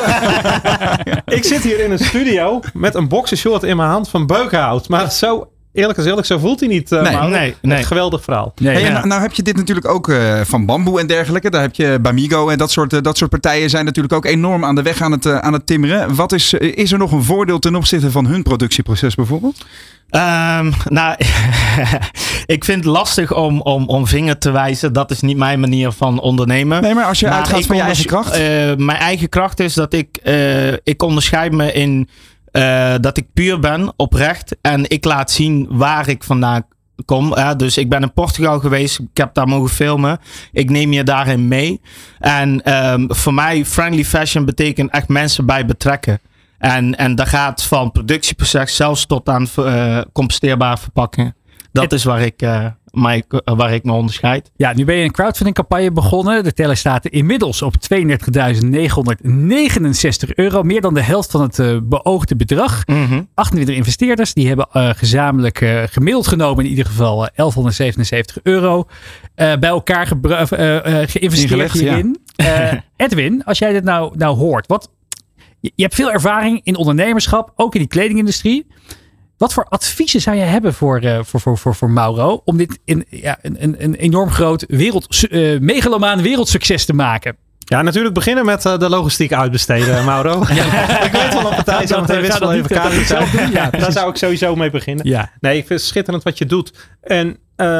Ik zit hier in een studio met een boxershort in mijn hand van beukenhout. Maar zo... Eerlijk, zo voelt hij niet. Nee. Geweldig verhaal. Nou heb je dit natuurlijk ook van bamboe en dergelijke. Daar heb je Bamigo en dat soort partijen zijn natuurlijk ook enorm aan de weg aan het timmeren. Wat is er nog een voordeel ten opzichte van hun productieproces bijvoorbeeld? Ik vind het lastig om vinger te wijzen. Dat is niet mijn manier van ondernemen. Nee, maar als je uitgaat van je eigen kracht? Mijn eigen kracht is dat ik onderscheid me in... dat ik puur ben, oprecht. En ik laat zien waar ik vandaan kom. Dus ik ben in Portugal geweest. Ik heb daar mogen filmen. Ik neem je daarin mee. En voor mij, friendly fashion betekent echt mensen bij betrekken. En dat gaat van productieproces zelfs tot aan composteerbare verpakkingen. Dat is waar ik me onderscheid. Ja, nu ben je een crowdfunding campagne begonnen. De teller staat inmiddels op €32.969. Meer dan de helft van het beoogde bedrag. Mm-hmm. 28 investeerders. Die hebben gezamenlijk gemiddeld genomen in ieder geval €1177. Bij elkaar geïnvesteerd hierin. Ja. Edwin, als jij dit nou hoort. Je hebt veel ervaring in ondernemerschap. Ook in die kledingindustrie. Wat voor adviezen zou je hebben voor Mauro om dit een enorm groot megalomaan wereldsucces te maken? Ja, natuurlijk beginnen met de logistiek uitbesteden, Mauro. Ik weet wel op partij zo meteen wist wel even kaart zelf doen. Ja, daar zou ik sowieso mee beginnen. Ja. Nee, ik vind het schitterend wat je doet. En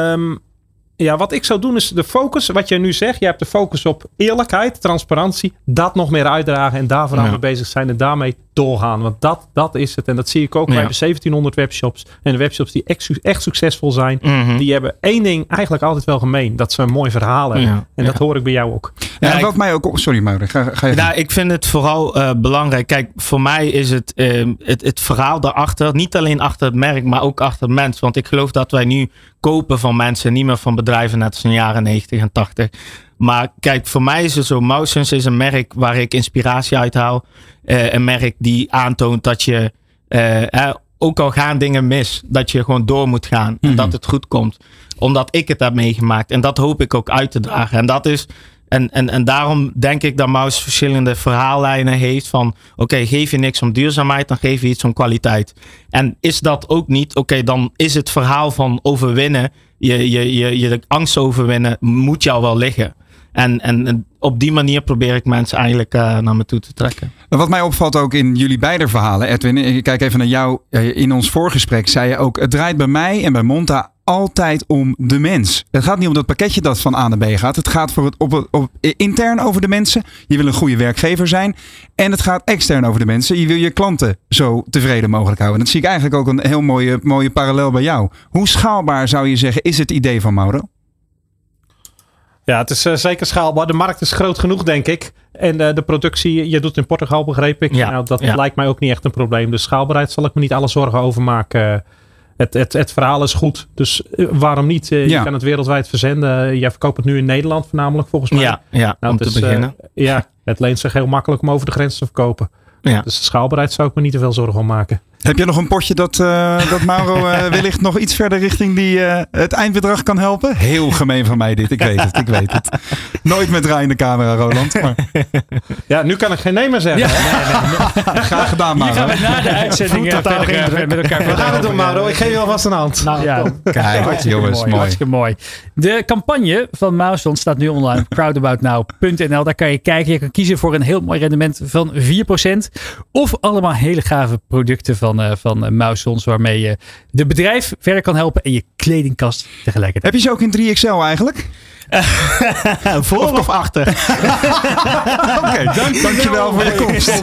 wat ik zou doen is de focus, wat je nu zegt. Je hebt de focus op eerlijkheid, transparantie. Dat nog meer uitdragen en daar vooral mee bezig zijn. En daarmee doorgaan. Want dat is het. En dat zie ik ook bij de 1700 webshops. En de webshops die echt succesvol zijn. Mm-hmm. Die hebben één ding eigenlijk altijd wel gemeen. Dat ze een mooi verhaal hebben. Ja. En dat hoor ik bij jou ook. Ja, wat mij ook... Sorry Mauro, ga je Nou, ik vind het vooral belangrijk. Kijk, voor mij is het verhaal daarachter. Niet alleen achter het merk, maar ook achter het mens. Want ik geloof dat wij nu kopen van mensen. Niet meer van bedrijven net als in de jaren 90 en 80. Maar kijk, voor mij is het zo. Mousen's is een merk waar ik inspiratie uit haal. Een merk die aantoont dat je, ook al gaan dingen mis, dat je gewoon door moet gaan. Mm-hmm. En dat het goed komt. Omdat ik het heb meegemaakt. En dat hoop ik ook uit te dragen. En dat is... En daarom denk ik dat Mouse verschillende verhaallijnen heeft van... Oké, geef je niks om duurzaamheid, dan geef je iets om kwaliteit. En is dat ook niet, dan is het verhaal van overwinnen... Je angst overwinnen, moet jou wel liggen. En op die manier probeer ik mensen eigenlijk naar me toe te trekken. Wat mij opvalt ook in jullie beide verhalen, Edwin... Ik kijk even naar jou. In ons voorgesprek zei je ook... Het draait bij mij en bij Monta altijd om de mens. Het gaat niet om dat pakketje dat van A naar B gaat. Het gaat intern over de mensen. Je wil een goede werkgever zijn. En het gaat extern over de mensen. Je wil je klanten zo tevreden mogelijk houden. Dat zie ik eigenlijk ook een heel mooie parallel bij jou. Hoe schaalbaar zou je zeggen is het idee van Mauro? Ja, het is zeker schaalbaar. De markt is groot genoeg, denk ik. En de productie, je doet het in Portugal, begreep ik. Ja, dat lijkt mij ook niet echt een probleem. Dus schaalbaarheid zal ik me niet alle zorgen over maken. Het verhaal is goed. Dus waarom niet? Je kan het wereldwijd verzenden. Jij verkoopt het nu in Nederland voornamelijk, volgens mij. Ja, om te beginnen. Het leent zich heel makkelijk om over de grens te verkopen. Ja. Dus de schaalbaarheid zou ik me niet te veel zorgen om maken. Heb je nog een potje dat Mauro wellicht nog iets verder richting het eindbedrag kan helpen? Heel gemeen van mij dit, ik weet het. Nooit met draaiende camera, Roland. Maar... Ja, nu kan ik geen nee meer zeggen. Nee. Graag gedaan, Mauro. Hier gaan we na de uitzending met elkaar. We gaan het doen, Mauro. Ik geef je alvast een hand. Kijk, jongens, mooi. Hartstikke mooi. De campagne van Mouseon staat nu online op crowdaboutnow.nl. Daar kan je kijken. Je kan kiezen voor een heel mooi rendement van 4%. Of allemaal hele gave producten van Mouseons, waarmee je de bedrijf verder kan helpen en je kledingkast tegelijkertijd. Heb je ze ook in 3XL eigenlijk? Voor of achter? Oké, dankjewel voor je komst.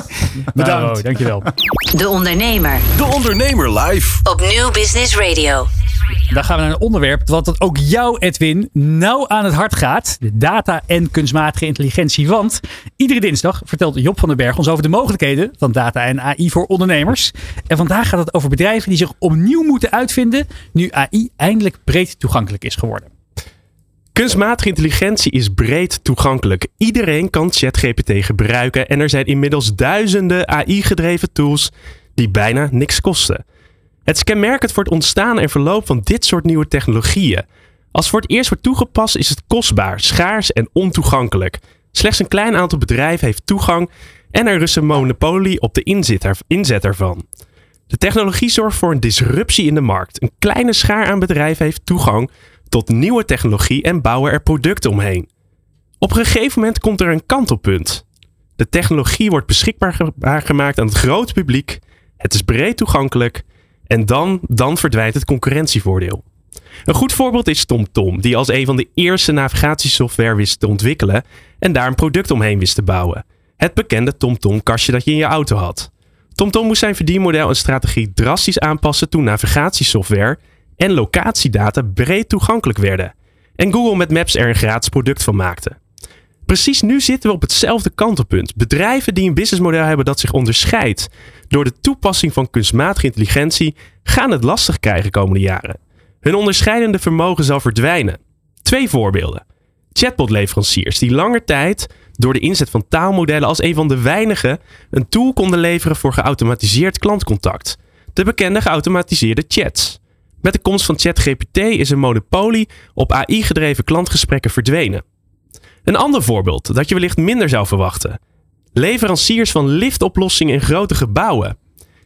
Bedankt. Dankjewel. De Ondernemer. De Ondernemer live. Op Nieuw Business Radio. Dan gaan we naar een onderwerp wat ook jou, Edwin, nauw aan het hart gaat. De data en kunstmatige intelligentie. Want iedere dinsdag vertelt Job van den Berg ons over de mogelijkheden van data en AI voor ondernemers. En vandaag gaat het over bedrijven die zich opnieuw moeten uitvinden nu AI eindelijk breed toegankelijk is geworden. Kunstmatige intelligentie is breed toegankelijk. Iedereen kan ChatGPT gebruiken en er zijn inmiddels duizenden AI-gedreven tools die bijna niks kosten. Het is kenmerkend voor het ontstaan en verloop van dit soort nieuwe technologieën. Als het voor het eerst wordt toegepast is het kostbaar, schaars en ontoegankelijk. Slechts een klein aantal bedrijven heeft toegang en er rust een monopolie op de inzet ervan. De technologie zorgt voor een disruptie in de markt. Een kleine schaar aan bedrijven heeft toegang tot nieuwe technologie en bouwen er producten omheen. Op een gegeven moment komt er een kantelpunt. De technologie wordt beschikbaar gemaakt aan het grote publiek. Het is breed toegankelijk. En dan verdwijnt het concurrentievoordeel. Een goed voorbeeld is TomTom, die als een van de eerste navigatiesoftware wist te ontwikkelen en daar een product omheen wist te bouwen. Het bekende TomTom-kastje dat je in je auto had. TomTom moest zijn verdienmodel en strategie drastisch aanpassen toen navigatiesoftware en locatiedata breed toegankelijk werden. En Google met Maps er een gratis product van maakte. Precies nu zitten we op hetzelfde kantelpunt. Bedrijven die een businessmodel hebben dat zich onderscheidt door de toepassing van kunstmatige intelligentie gaan het lastig krijgen komende jaren. Hun onderscheidende vermogen zal verdwijnen. 2 voorbeelden. Chatbotleveranciers die langer tijd door de inzet van taalmodellen als een van de weinigen een tool konden leveren voor geautomatiseerd klantcontact. De bekende geautomatiseerde chats. Met de komst van ChatGPT is een monopolie op AI-gedreven klantgesprekken verdwenen. Een ander voorbeeld dat je wellicht minder zou verwachten. Leveranciers van liftoplossingen in grote gebouwen.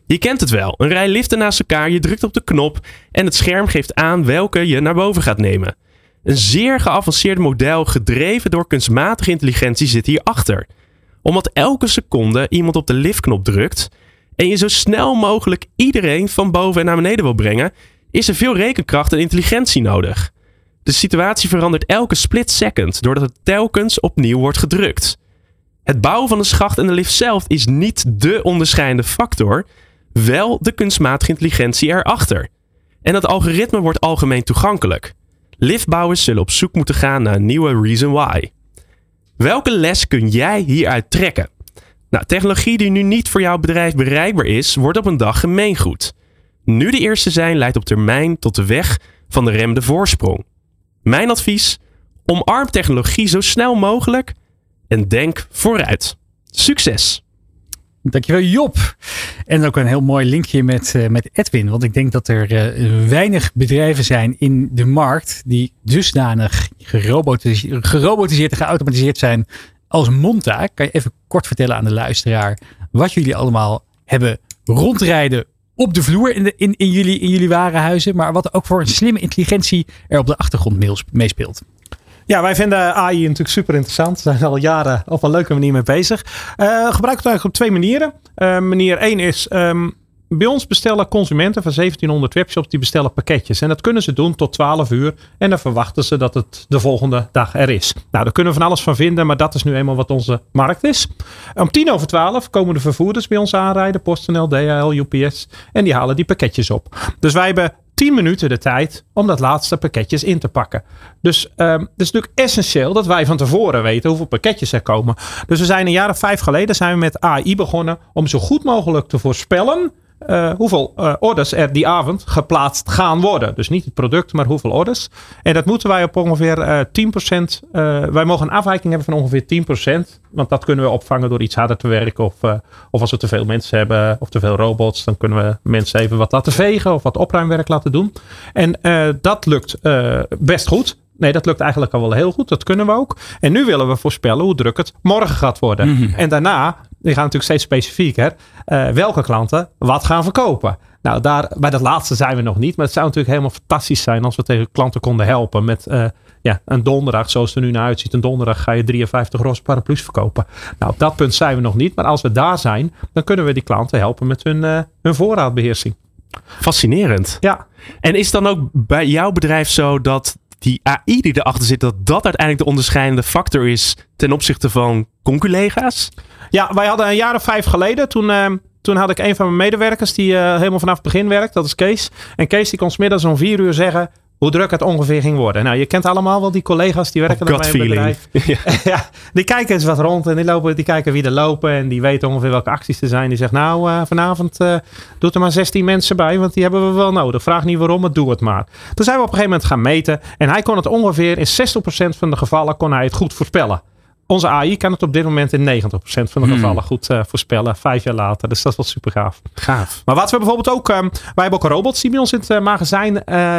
Je kent het wel. Een rij liften naast elkaar, je drukt op de knop en het scherm geeft aan welke je naar boven gaat nemen. Een zeer geavanceerd model gedreven door kunstmatige intelligentie zit hierachter. Omdat elke seconde iemand op de liftknop drukt en je zo snel mogelijk iedereen van boven naar beneden wil brengen, is er veel rekenkracht en intelligentie nodig. De situatie verandert elke split second doordat het telkens opnieuw wordt gedrukt. Het bouwen van de schacht en de lift zelf is niet de onderscheidende factor, wel de kunstmatige intelligentie erachter. En dat algoritme wordt algemeen toegankelijk. Liftbouwers zullen op zoek moeten gaan naar een nieuwe reason why. Welke les kun jij hieruit trekken? Nou, technologie die nu niet voor jouw bedrijf bereikbaar is, wordt op een dag gemeengoed. Nu de eerste zijn leidt op termijn tot de weg van de remde voorsprong. Mijn advies: omarm technologie zo snel mogelijk en denk vooruit. Succes! Dankjewel Job. En ook een heel mooi linkje met Edwin. Want ik denk dat er weinig bedrijven zijn in de markt die dusdanig gerobotiseerd en geautomatiseerd zijn als Monta. Kan je even kort vertellen aan de luisteraar wat jullie allemaal hebben rondrijden op de vloer in jullie warenhuizen. Maar wat ook voor een slimme intelligentie er op de achtergrond meespeelt. Ja, wij vinden AI natuurlijk super interessant. We zijn al jaren op een leuke manier mee bezig. Gebruiken het eigenlijk op 2 manieren. Manier 1 is, bij ons bestellen consumenten van 1700 webshops, die bestellen pakketjes. En dat kunnen ze doen tot 12 uur. En dan verwachten ze dat het de volgende dag er is. Nou, daar kunnen we van alles van vinden, maar dat is nu eenmaal wat onze markt is. Om 11:10 komen de vervoerders bij ons aanrijden. PostNL, DHL, UPS. En die halen die pakketjes op. Dus wij hebben 10 minuten de tijd om dat laatste pakketjes in te pakken. Dus het is natuurlijk essentieel dat wij van tevoren weten hoeveel pakketjes er komen. Dus we zijn een jaar of 5 geleden zijn we met AI begonnen om zo goed mogelijk te voorspellen hoeveel orders er die avond geplaatst gaan worden. Dus niet het product, maar hoeveel orders. En dat moeten wij op ongeveer 10%. Wij mogen een afwijking hebben van ongeveer 10%. Want dat kunnen we opvangen door iets harder te werken. Of als we te veel mensen hebben of te veel robots. Dan kunnen we mensen even wat laten vegen of wat opruimwerk laten doen. En dat lukt best goed. Nee, dat lukt eigenlijk al wel heel goed. Dat kunnen we ook. En nu willen we voorspellen hoe druk het morgen gaat worden. Mm-hmm. En daarna, die gaan natuurlijk steeds specifieker. Welke klanten wat gaan verkopen. Nou, bij dat laatste zijn we nog niet. Maar het zou natuurlijk helemaal fantastisch zijn als we tegen klanten konden helpen. Met een donderdag, zoals het er nu naar uitziet. Een donderdag ga je 53 roze paraplu's verkopen. Nou, op dat punt zijn we nog niet. Maar als we daar zijn, dan kunnen we die klanten helpen met hun voorraadbeheersing. Fascinerend. Ja. En is dan ook bij jouw bedrijf zo dat die AI die erachter zit, dat uiteindelijk de onderscheidende factor is ten opzichte van conculega's? Ja, wij hadden een jaar of 5 geleden, toen had ik een van mijn medewerkers die helemaal vanaf het begin werkt, dat is Kees. En Kees die kon 's middags om 4 uur zeggen hoe druk het ongeveer ging worden. Nou, je kent allemaal wel die collega's die werken bij mijn bedrijf. Ja, die kijken eens wat rond en die kijken wie er lopen en die weten ongeveer welke acties er zijn. Die zegt vanavond doet er maar 16 mensen bij, want die hebben we wel nodig. Vraag niet waarom, maar doe het maar. Toen zijn we op een gegeven moment gaan meten en hij kon het ongeveer in 60% van de gevallen kon hij het goed voorspellen. Onze AI kan het op dit moment in 90% van de gevallen goed voorspellen. 5 jaar later. Dus dat is wel super gaaf. Maar wat we bijvoorbeeld ook... wij hebben ook robots die bij ons in het magazijn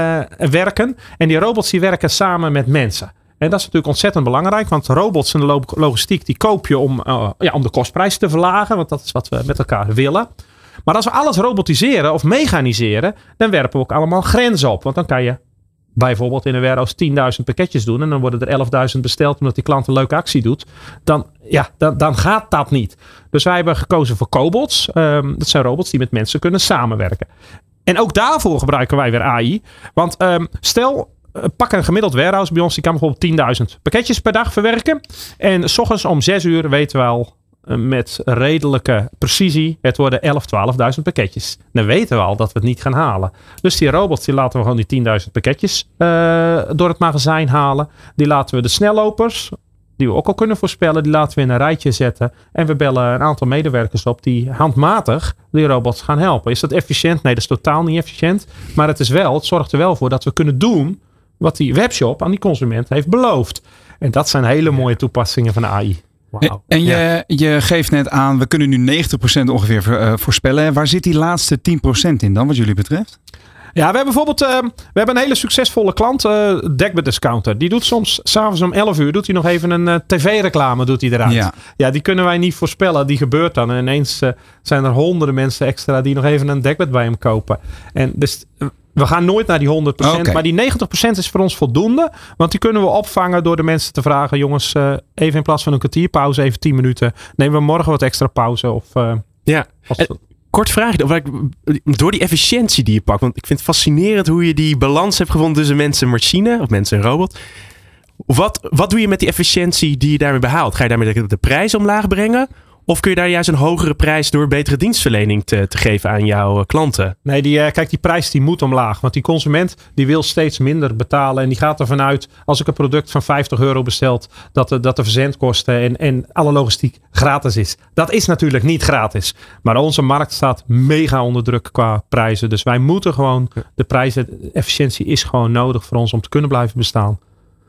werken. En die robots die werken samen met mensen. En dat is natuurlijk ontzettend belangrijk. Want robots in de logistiek die koop je om de kostprijs te verlagen. Want dat is wat we met elkaar willen. Maar als we alles robotiseren of mechaniseren. Dan werpen we ook allemaal grenzen op. Want dan kan je bijvoorbeeld in een warehouse 10.000 pakketjes doen. En dan worden er 11.000 besteld omdat die klant een leuke actie doet. Dan gaat dat niet. Dus wij hebben gekozen voor cobots. Dat zijn robots die met mensen kunnen samenwerken. En ook daarvoor gebruiken wij weer AI. Want stel, pak een gemiddeld warehouse bij ons. Die kan bijvoorbeeld 10.000 pakketjes per dag verwerken. En 's ochtends om 6 uur weten we al met redelijke precisie, het worden 12.000 pakketjes. Dan weten we al dat we het niet gaan halen. Dus die robots, die laten we gewoon die 10.000 pakketjes door het magazijn halen. Die laten we de snellopers, die we ook al kunnen voorspellen, die laten we in een rijtje zetten. En we bellen een aantal medewerkers op die handmatig die robots gaan helpen. Is dat efficiënt? Nee, dat is totaal niet efficiënt. Maar het zorgt er wel voor dat we kunnen doen wat die webshop aan die consument heeft beloofd. En dat zijn hele mooie toepassingen van AI. Wow. En je geeft net aan, we kunnen nu 90% ongeveer voorspellen. Waar zit die laatste 10% in dan, wat jullie betreft? Ja, we hebben bijvoorbeeld een hele succesvolle klant, Dekbed Discounter. Die doet soms, 's avonds om 11 uur, doet hij nog even een tv-reclame doet hij eruit. Ja, die kunnen wij niet voorspellen. Die gebeurt dan. En ineens zijn er honderden mensen extra die nog even een dekbed bij hem kopen. En dus we gaan nooit naar die 100%. Maar die 90% is voor ons voldoende. Want die kunnen we opvangen door de mensen te vragen. Jongens, even in plaats van een kwartierpauze, even 10 minuten. Nemen we morgen wat extra pauze. Of, Kort vraag, door die efficiëntie die je pakt. Want ik vind het fascinerend hoe je die balans hebt gevonden tussen mensen en machine. Of mensen en robot. Wat doe je met die efficiëntie die je daarmee behaalt? Ga je daarmee de prijs omlaag brengen? Of kun je daar juist een hogere prijs door betere dienstverlening te geven aan jouw klanten? Nee, die prijs die moet omlaag. Want die consument die wil steeds minder betalen. En die gaat ervan uit, als ik een product van €50 bestelt, dat de verzendkosten en alle logistiek gratis is. Dat is natuurlijk niet gratis. Maar onze markt staat mega onder druk qua prijzen. Dus wij moeten gewoon, de prijsefficiëntie is gewoon nodig voor ons om te kunnen blijven bestaan.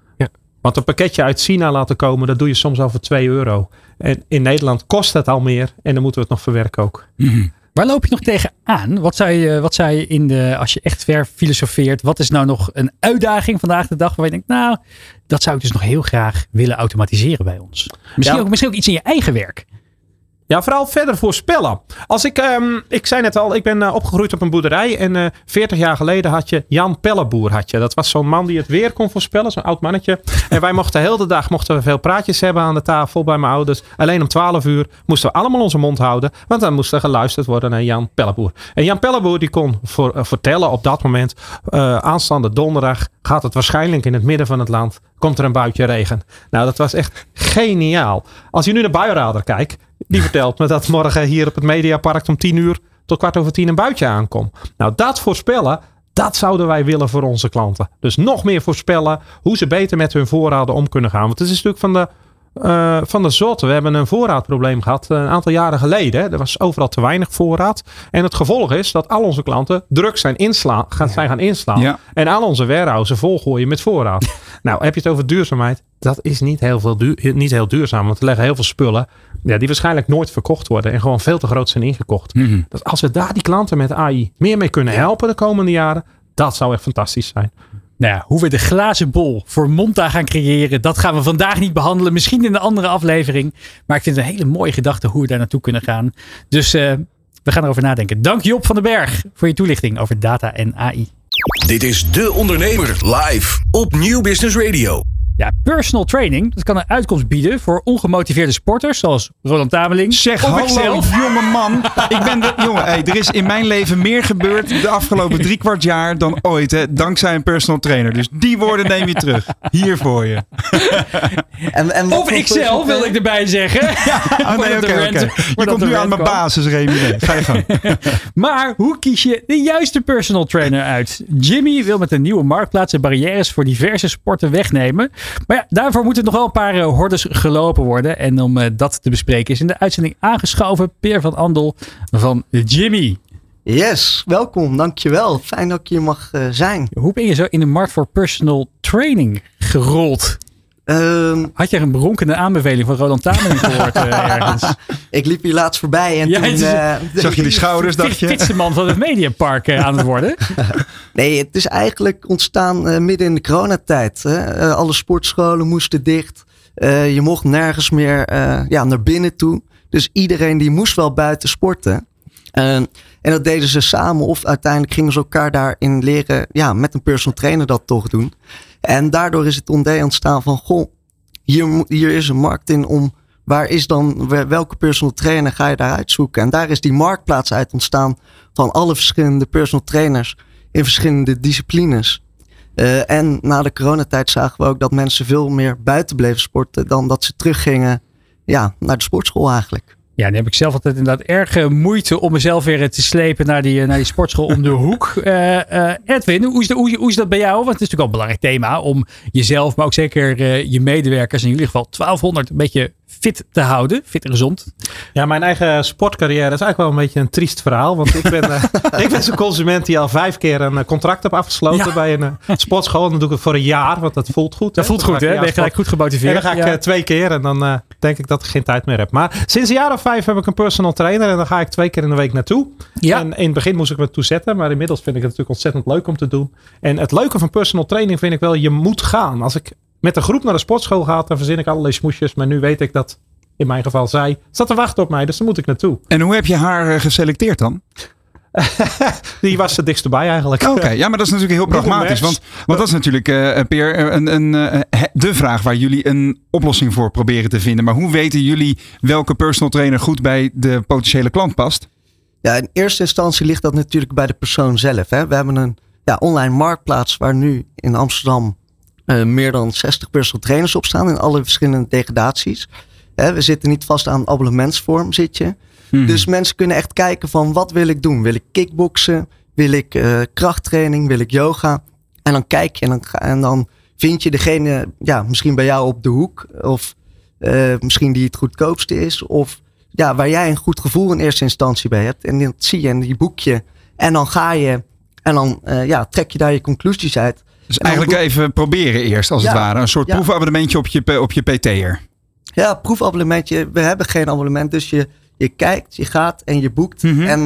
Want een pakketje uit China laten komen, dat doe je soms al voor €2. En in Nederland kost het al meer. En dan moeten we het nog verwerken ook. Mm-hmm. Waar loop je nog tegenaan? Wat zou je als je echt ver filosofeert, wat is nou nog een uitdaging vandaag de dag waar je denkt, nou, dat zou ik dus nog heel graag willen automatiseren bij ons. Misschien ook iets in je eigen werk. Ja, vooral verder voorspellen. Als ik zei net al, ik ben opgegroeid op een boerderij. En 40 jaar geleden had je Jan Pelleboer. Dat was zo'n man die het weer kon voorspellen. Zo'n oud mannetje. En wij mochten heel de dag veel praatjes hebben aan de tafel bij mijn ouders. Alleen om 12 uur moesten we allemaal onze mond houden. Want dan moest er geluisterd worden naar Jan Pelleboer. En Jan Pelleboer die kon vertellen op dat moment. Aanstaande donderdag gaat het waarschijnlijk in het midden van het land. Komt er een buitje regen. Nou, dat was echt geniaal. Als je nu naar Buienradar kijkt. Die vertelt me dat morgen hier op het Mediapark om 10 uur tot 10:15 een buitje aankomt. Nou, dat voorspellen, dat zouden wij willen voor onze klanten. Dus nog meer voorspellen hoe ze beter met hun voorraden om kunnen gaan. Want het is natuurlijk van de zotte. We hebben een voorraadprobleem gehad een aantal jaren geleden. Er was overal te weinig voorraad. En het gevolg is dat al onze klanten druk zijn gaan inslaan. Ja. En al onze warehousen volgooien met voorraad. Nou, heb je het over duurzaamheid? Dat is niet heel duurzaam. Want er liggen heel veel spullen die waarschijnlijk nooit verkocht worden. En gewoon veel te groot zijn ingekocht. Mm-hmm. Dus als we daar die klanten met AI meer mee kunnen helpen de komende jaren. Dat zou echt fantastisch zijn. Nou ja, hoe we de glazen bol voor Monta gaan creëren, dat gaan we vandaag niet behandelen. Misschien in een andere aflevering. Maar ik vind het een hele mooie gedachte hoe we daar naartoe kunnen gaan. Dus we gaan erover nadenken. Dank Job van den Berg voor je toelichting over data en AI. Dit is De Ondernemer live op Nieuw Business Radio. Ja, personal training, dat kan een uitkomst bieden voor ongemotiveerde sporters zoals Roland Tameling. Zeg, hallo jonge man. Er is in mijn leven meer gebeurd de afgelopen 3/4 jaar dan ooit. Hè, dankzij een personal trainer. Dus die woorden neem je terug. Hier voor je. Of ikzelf, wil ik erbij zeggen. Oké. Je komt nu aan mijn basis, Remy. Ga je gang. Maar hoe kies je de juiste personal trainer uit? Jimmy wil met een nieuwe marktplaats de barrières voor diverse sporten wegnemen. Maar ja, daarvoor moeten nog wel een paar hordes gelopen worden. En om dat te bespreken is in de uitzending aangeschoven Peer van Andel van Jimmy. Yes, welkom, dankjewel. Fijn dat ik hier mag zijn. Hoe ben je zo in de markt voor personal training gerold? Had je een bronkende aanbeveling van Roland Tameling gehoord ergens? Ik liep hier laatst voorbij en toen... zag je die schouders, dacht je? Fietsenman van het Mediapark aan het worden. Nee, het is eigenlijk ontstaan midden in de coronatijd. Alle sportscholen moesten dicht. Je mocht nergens meer naar binnen toe. Dus iedereen die moest wel buiten sporten. En dat deden ze samen of uiteindelijk gingen ze elkaar daarin leren met een personal trainer dat toch doen. En daardoor is het idee ontstaan van, goh, hier is een markt in om, welke personal trainer ga je daar uitzoeken? En daar is die marktplaats uit ontstaan van alle verschillende personal trainers in verschillende disciplines. En na de coronatijd zagen we ook dat mensen veel meer buiten bleven sporten dan dat ze teruggingen naar de sportschool eigenlijk. Ja, dan heb ik zelf altijd inderdaad erg moeite om mezelf weer te slepen naar die sportschool om de hoek. Edwin, hoe is dat bij jou? Want het is natuurlijk wel een belangrijk thema om jezelf, maar ook zeker je medewerkers, in jullie geval 1200, een beetje fit te houden. Fit en gezond. Ja, mijn eigen sportcarrière is eigenlijk wel een beetje een triest verhaal. Want ik ben zo'n consument die al 5 keer een contract heb afgesloten bij een sportschool. En dan doe ik het voor een jaar, want dat voelt goed. Dat voelt goed, hè? Ben je gelijk goed gemotiveerd. En dan ga ik 2 keer en dan denk ik dat ik geen tijd meer heb. Maar sinds een jaar of 5 heb ik een personal trainer en dan ga ik 2 keer in de week naartoe. Ja. En in het begin moest ik me toe zetten, maar inmiddels vind ik het natuurlijk ontzettend leuk om te doen. En het leuke van personal training vind ik wel, je moet gaan. Als ik met een groep naar de sportschool ga, dan verzin ik allerlei smoesjes. Maar nu weet ik dat, in mijn geval, zij staat te wachten op mij, dus daar moet ik naartoe. En hoe heb je haar geselecteerd dan? Die was het dichtst erbij eigenlijk. Oké, ja, maar dat is natuurlijk heel pragmatisch. Want dat is natuurlijk, Peer, de vraag waar jullie een oplossing voor proberen te vinden. Maar hoe weten jullie welke personal trainer goed bij de potentiële klant past? Ja, in eerste instantie ligt dat natuurlijk bij de persoon zelf. Hè. We hebben een online marktplaats waar nu in Amsterdam meer dan 60 personal trainers op staan in alle verschillende degradaties. We zitten niet vast aan abonnementsvorm, zit je. Dus mensen kunnen echt kijken van wat wil ik doen? Wil ik kickboksen? Wil ik krachttraining? Wil ik yoga? En dan kijk je en dan vind je degene misschien bij jou op de hoek. Of misschien die het goedkoopste is. Of waar jij een goed gevoel in eerste instantie bij hebt. En dat zie je in die boekje. En dan ga je en dan trek je daar je conclusies uit. Dus eigenlijk even proberen eerst als het ware. Een soort proefabonnementje op je PT'er. Ja, proefabonnementje. We hebben geen abonnement. Dus je kijkt, je gaat en je boekt.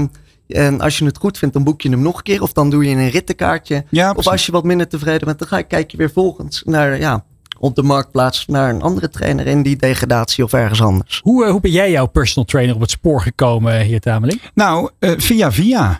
En als je het goed vindt, dan boek je hem nog een keer. Of dan doe je een rittenkaartje. Ja, of als je wat minder tevreden bent, dan kijk je weer volgens naar op de marktplaats naar een andere trainer in die degradatie of ergens anders. Hoe ben jij jouw personal trainer op het spoor gekomen, heer Tameling? Nou, via.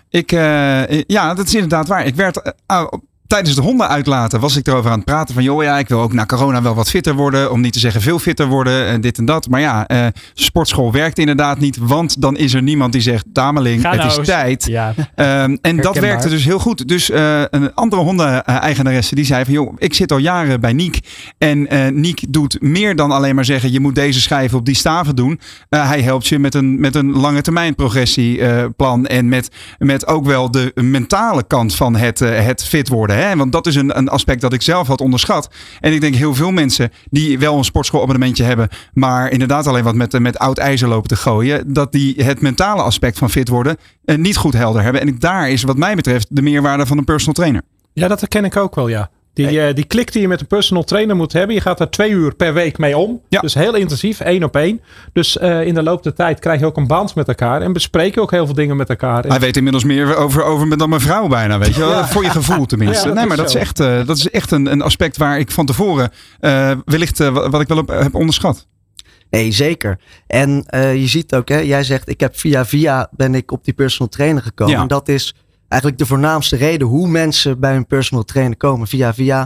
Dat is inderdaad waar. Ik werd tijdens het honden uitlaten was ik erover aan het praten van ik wil ook na corona wel wat fitter worden. Om niet te zeggen veel fitter worden en dit en dat. Maar sportschool werkt inderdaad niet. Want dan is er niemand die zegt, Tameling, het is tijd. Ja. En dat werkte dus heel goed. Dus een andere hondeneigenaresse die zei van ik zit al jaren bij Niek. En Niek doet meer dan alleen maar zeggen je moet deze schijven op die staven doen. Hij helpt je met een lange termijn progressieplan. En met ook wel de mentale kant van het fit worden. Want dat is een aspect dat ik zelf had onderschat. En ik denk heel veel mensen die wel een sportschoolabonnementje hebben, maar inderdaad alleen wat met oud ijzer lopen te gooien, dat die het mentale aspect van fit worden niet goed helder hebben. En daar is wat mij betreft de meerwaarde van een personal trainer. Ja, dat herken ik ook wel, ja. Die klik die je met een personal trainer moet hebben. Je gaat er 2 uur per week mee om. Ja. Dus heel intensief, 1 op 1. Dus in de loop der tijd krijg je ook een band met elkaar. En bespreek je ook heel veel dingen met elkaar. Hij weet inmiddels meer over dan mijn vrouw bijna, weet je wel. Ja. Voor je gevoel tenminste. Ja, dat is echt een aspect waar ik van tevoren wellicht wat ik wel heb onderschat. Nee, zeker. En je ziet ook, jij zegt ik heb via ben ik op die personal trainer gekomen. Ja. En dat is eigenlijk de voornaamste reden hoe mensen bij een personal trainer komen via.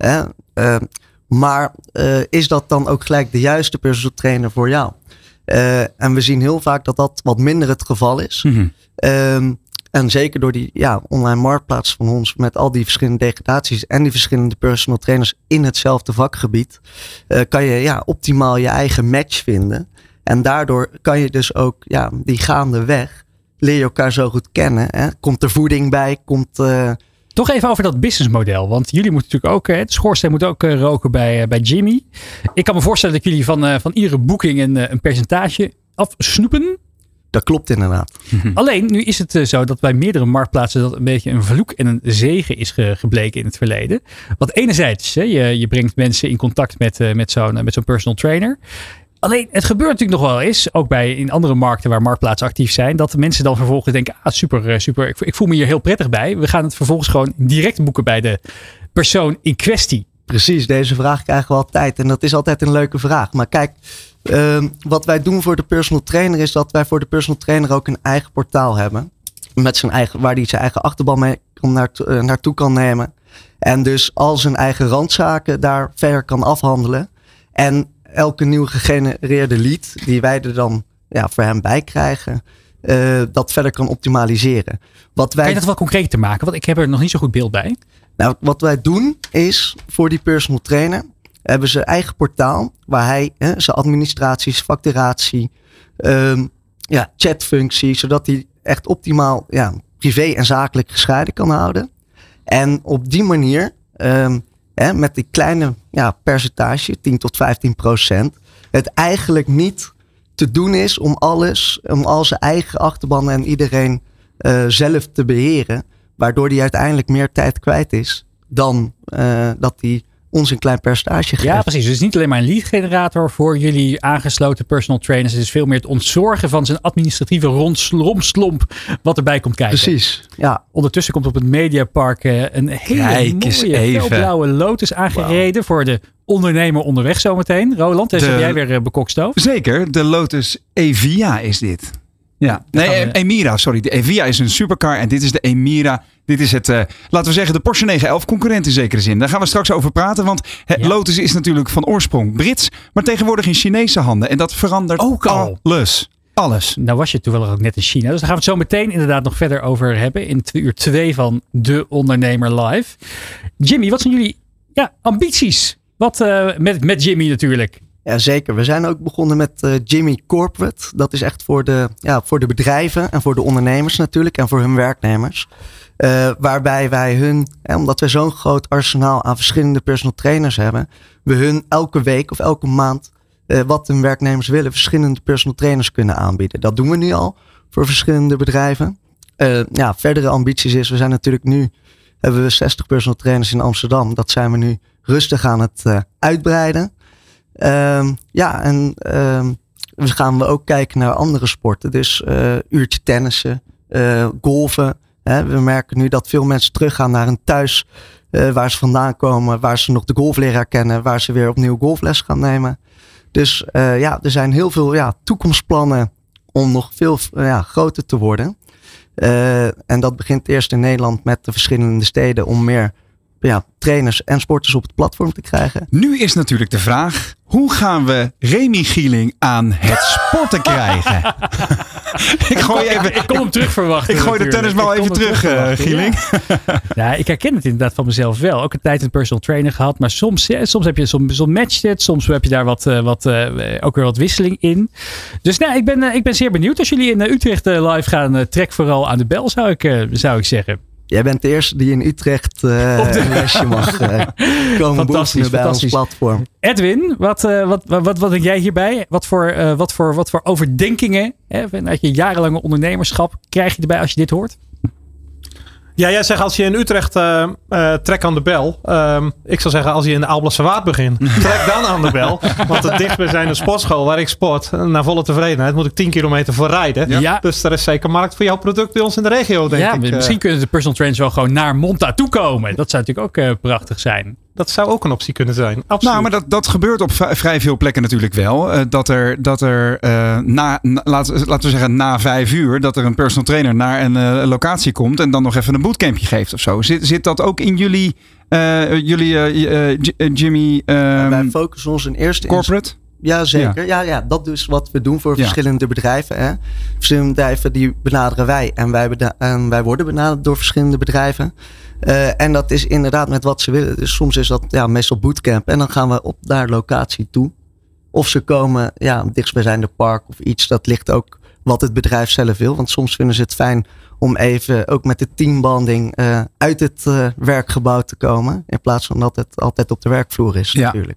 Maar is dat dan ook gelijk de juiste personal trainer voor jou? En we zien heel vaak dat wat minder het geval is. Mm-hmm. En zeker door die online marktplaats van ons met al die verschillende degradaties en die verschillende personal trainers in hetzelfde vakgebied, kan je optimaal je eigen match vinden. En daardoor kan je dus ook die gaandeweg leer je elkaar zo goed kennen. Hè? Komt er voeding bij? Toch even over dat businessmodel. Want jullie moeten natuurlijk ook, de schoorsteen moet ook roken bij Jimmy. Ik kan me voorstellen dat jullie van iedere boeking een percentage afsnoepen. Dat klopt inderdaad. Alleen, nu is het zo dat bij meerdere marktplaatsen dat een beetje een vloek en een zegen is gebleken in het verleden. Want enerzijds, je brengt mensen in contact met zo'n personal trainer. Alleen, het gebeurt natuurlijk nog wel eens, ook in andere markten waar marktplaatsen actief zijn, dat de mensen dan vervolgens denken, super, ik voel me hier heel prettig bij. We gaan het vervolgens gewoon direct boeken bij de persoon in kwestie. Precies, deze vraag krijgen we altijd en dat is altijd een leuke vraag. Maar kijk, wat wij doen voor de personal trainer is dat wij voor de personal trainer ook een eigen portaal hebben. Waar hij zijn eigen achterban mee naartoe kan nemen. En dus al zijn eigen randzaken daar verder kan afhandelen. En elke nieuw gegenereerde lead die wij er dan voor hem bij krijgen, dat verder kan optimaliseren. Kan je dat wel concreter maken? Want ik heb er nog niet zo goed beeld bij. Nou, wat wij doen is voor die personal trainer hebben ze eigen portaal waar hij zijn administraties, facturatie, chatfunctie, zodat hij echt optimaal privé en zakelijk gescheiden kan houden. En op die manier met die kleine percentage, 10 tot 15%, het eigenlijk niet te doen is om al zijn eigen achterban en iedereen zelf te beheren. Waardoor hij uiteindelijk meer tijd kwijt is dan dat hij ons een klein percentage geeft. Ja, precies. Dus het is niet alleen maar een lead generator voor jullie aangesloten personal trainers. Het is veel meer het ontzorgen van zijn administratieve romslomp wat erbij komt kijken. Precies, ja. Ondertussen komt op het Mediapark een hele mooie felblauwe Lotus aangereden voor de ondernemer onderweg zometeen. Roland, dus heb jij weer bekokstoofd? Zeker, de Lotus Evija is dit. Ja, nee, Emira, sorry. De Evija is een supercar en dit is de Emira. Dit is het, laten we zeggen, de Porsche 911 concurrent in zekere zin. Daar gaan we straks over praten, want Lotus is natuurlijk van oorsprong Brits, maar tegenwoordig in Chinese handen. En dat verandert ook alles. Nou was je toevallig ook net in China. Dus daar gaan we het zo meteen inderdaad nog verder over hebben in uur 2 van De Ondernemer Live. Jimmy, wat zijn jullie ambities? Wat met Jimmy natuurlijk. Ja, zeker. We zijn ook begonnen met Jimmy Corporate. Dat is echt voor de bedrijven en voor de ondernemers natuurlijk en voor hun werknemers. Waarbij wij hun, omdat we zo'n groot arsenaal aan verschillende personal trainers hebben, we hun elke week of elke maand wat hun werknemers willen, verschillende personal trainers kunnen aanbieden. Dat doen we nu al voor verschillende bedrijven. Verdere ambities is, we zijn natuurlijk nu, hebben we 60 personal trainers in Amsterdam. Dat zijn we nu rustig aan het uitbreiden. We gaan ook kijken naar andere sporten. Dus uurtje tennissen, golfen. We merken nu dat veel mensen teruggaan naar een thuis waar ze vandaan komen, waar ze nog de golfleraar kennen, waar ze weer opnieuw golfles gaan nemen. Dus er zijn heel veel toekomstplannen om nog veel groter te worden. En dat begint eerst in Nederland met de verschillende steden om meer trainers en sporters op het platform te krijgen. Nu is natuurlijk de vraag, hoe gaan we Remy Gieling aan het sporten krijgen? Ik kon hem terug verwachten. Ik gooi de tennisbal even terug, Gieling. Ja, ik herken het inderdaad van mezelf wel. Ook een tijd een personal trainer gehad. Maar soms heb je soms matcht het. Soms heb je daar ook weer wat wisseling in. Dus ik ben zeer benieuwd. Als jullie in Utrecht live gaan, trek vooral aan de bel, zou ik zeggen. Jij bent de eerste die in Utrecht een lesje mag komen boeken bij ons platform. Edwin, wat denk jij hierbij? Wat voor overdenkingen vanuit je jarenlange ondernemerschap krijg je erbij als je dit hoort? Ja, jij zegt als je in Utrecht trek aan de bel. Ik zou zeggen als je in de Alblasserwaard begint. Trek dan aan de bel. Want het dichtstbijzijnde sportschool waar ik sport. Naar volle tevredenheid moet ik 10 kilometer voor rijden. Ja. Dus er is zeker markt voor jouw product bij ons in de regio, denk ik. Misschien kunnen de personal trainers wel gewoon naar Monta toe komen. Dat zou natuurlijk ook prachtig zijn. Dat zou ook een optie kunnen zijn. Absoluut. Nou, maar dat gebeurt op vrij veel plekken natuurlijk wel. Dat er laten we zeggen na 5 uur, dat er een personal trainer naar een locatie komt en dan nog even een bootcampje geeft of zo. Zit dat ook in jullie Jimmy? Wij focussen ons in eerste corporate? Ja, zeker. Ja, dat is wat we doen voor verschillende bedrijven. Hè. Verschillende bedrijven die benaderen wij en wij worden benaderd door verschillende bedrijven. En dat is inderdaad met wat ze willen. Dus soms is dat meestal bootcamp. En dan gaan we op naar locatie toe. Of ze komen dichtstbijzijnde park of iets. Dat ligt ook wat het bedrijf zelf wil. Want soms vinden ze het fijn om even ook met de teambanding uit het werkgebouw te komen. In plaats van dat het altijd op de werkvloer is natuurlijk.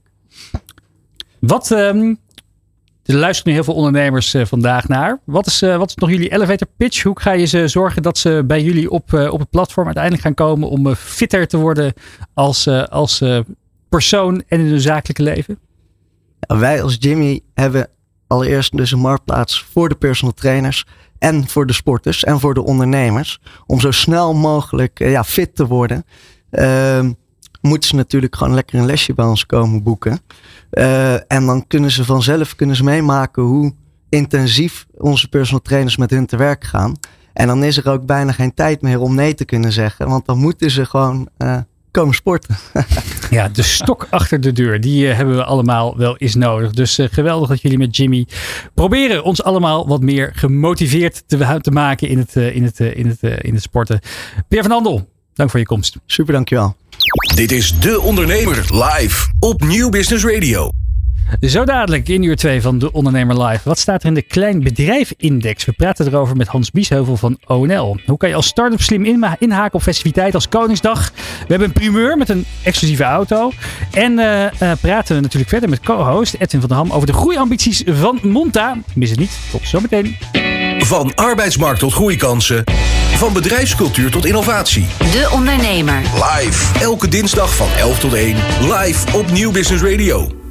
Er luisteren nu heel veel ondernemers vandaag naar. Wat is nog jullie elevator pitch? Hoe ga je ze zorgen dat ze bij jullie op het platform uiteindelijk gaan komen om fitter te worden als persoon en in hun zakelijke leven? Ja, wij als Jimmy hebben allereerst dus een marktplaats voor de personal trainers en voor de sporters en voor de ondernemers. Om zo snel mogelijk fit te worden. Moeten ze natuurlijk gewoon lekker een lesje bij ons komen boeken. En dan kunnen ze vanzelf meemaken hoe intensief onze personal trainers met hun te werk gaan. En dan is er ook bijna geen tijd meer om nee te kunnen zeggen. Want dan moeten ze gewoon komen sporten. Ja, de stok achter de deur, die hebben we allemaal wel eens nodig. Dus geweldig dat jullie met Jimmy proberen ons allemaal wat meer gemotiveerd te maken in het sporten. Pierre van Andel, dank voor je komst. Super, dankjewel. Dit is De Ondernemer live op Nieuw Business Radio. Zo dadelijk in uur 2 van De Ondernemer Live. Wat staat er in de Klein Bedrijf Index? We praten erover met Hans Biesheuvel van ONL. Hoe kan je als start-up slim inhaken op festiviteiten als Koningsdag? We hebben een primeur met een exclusieve auto. En praten we natuurlijk verder met co-host Edwin van der Ham over de groeiambities van Monta. Mis het niet. Tot zometeen. Van arbeidsmarkt tot groeikansen. Van bedrijfscultuur tot innovatie. De Ondernemer. Live. Elke dinsdag van 11 tot 1. Live op Nieuw Business Radio.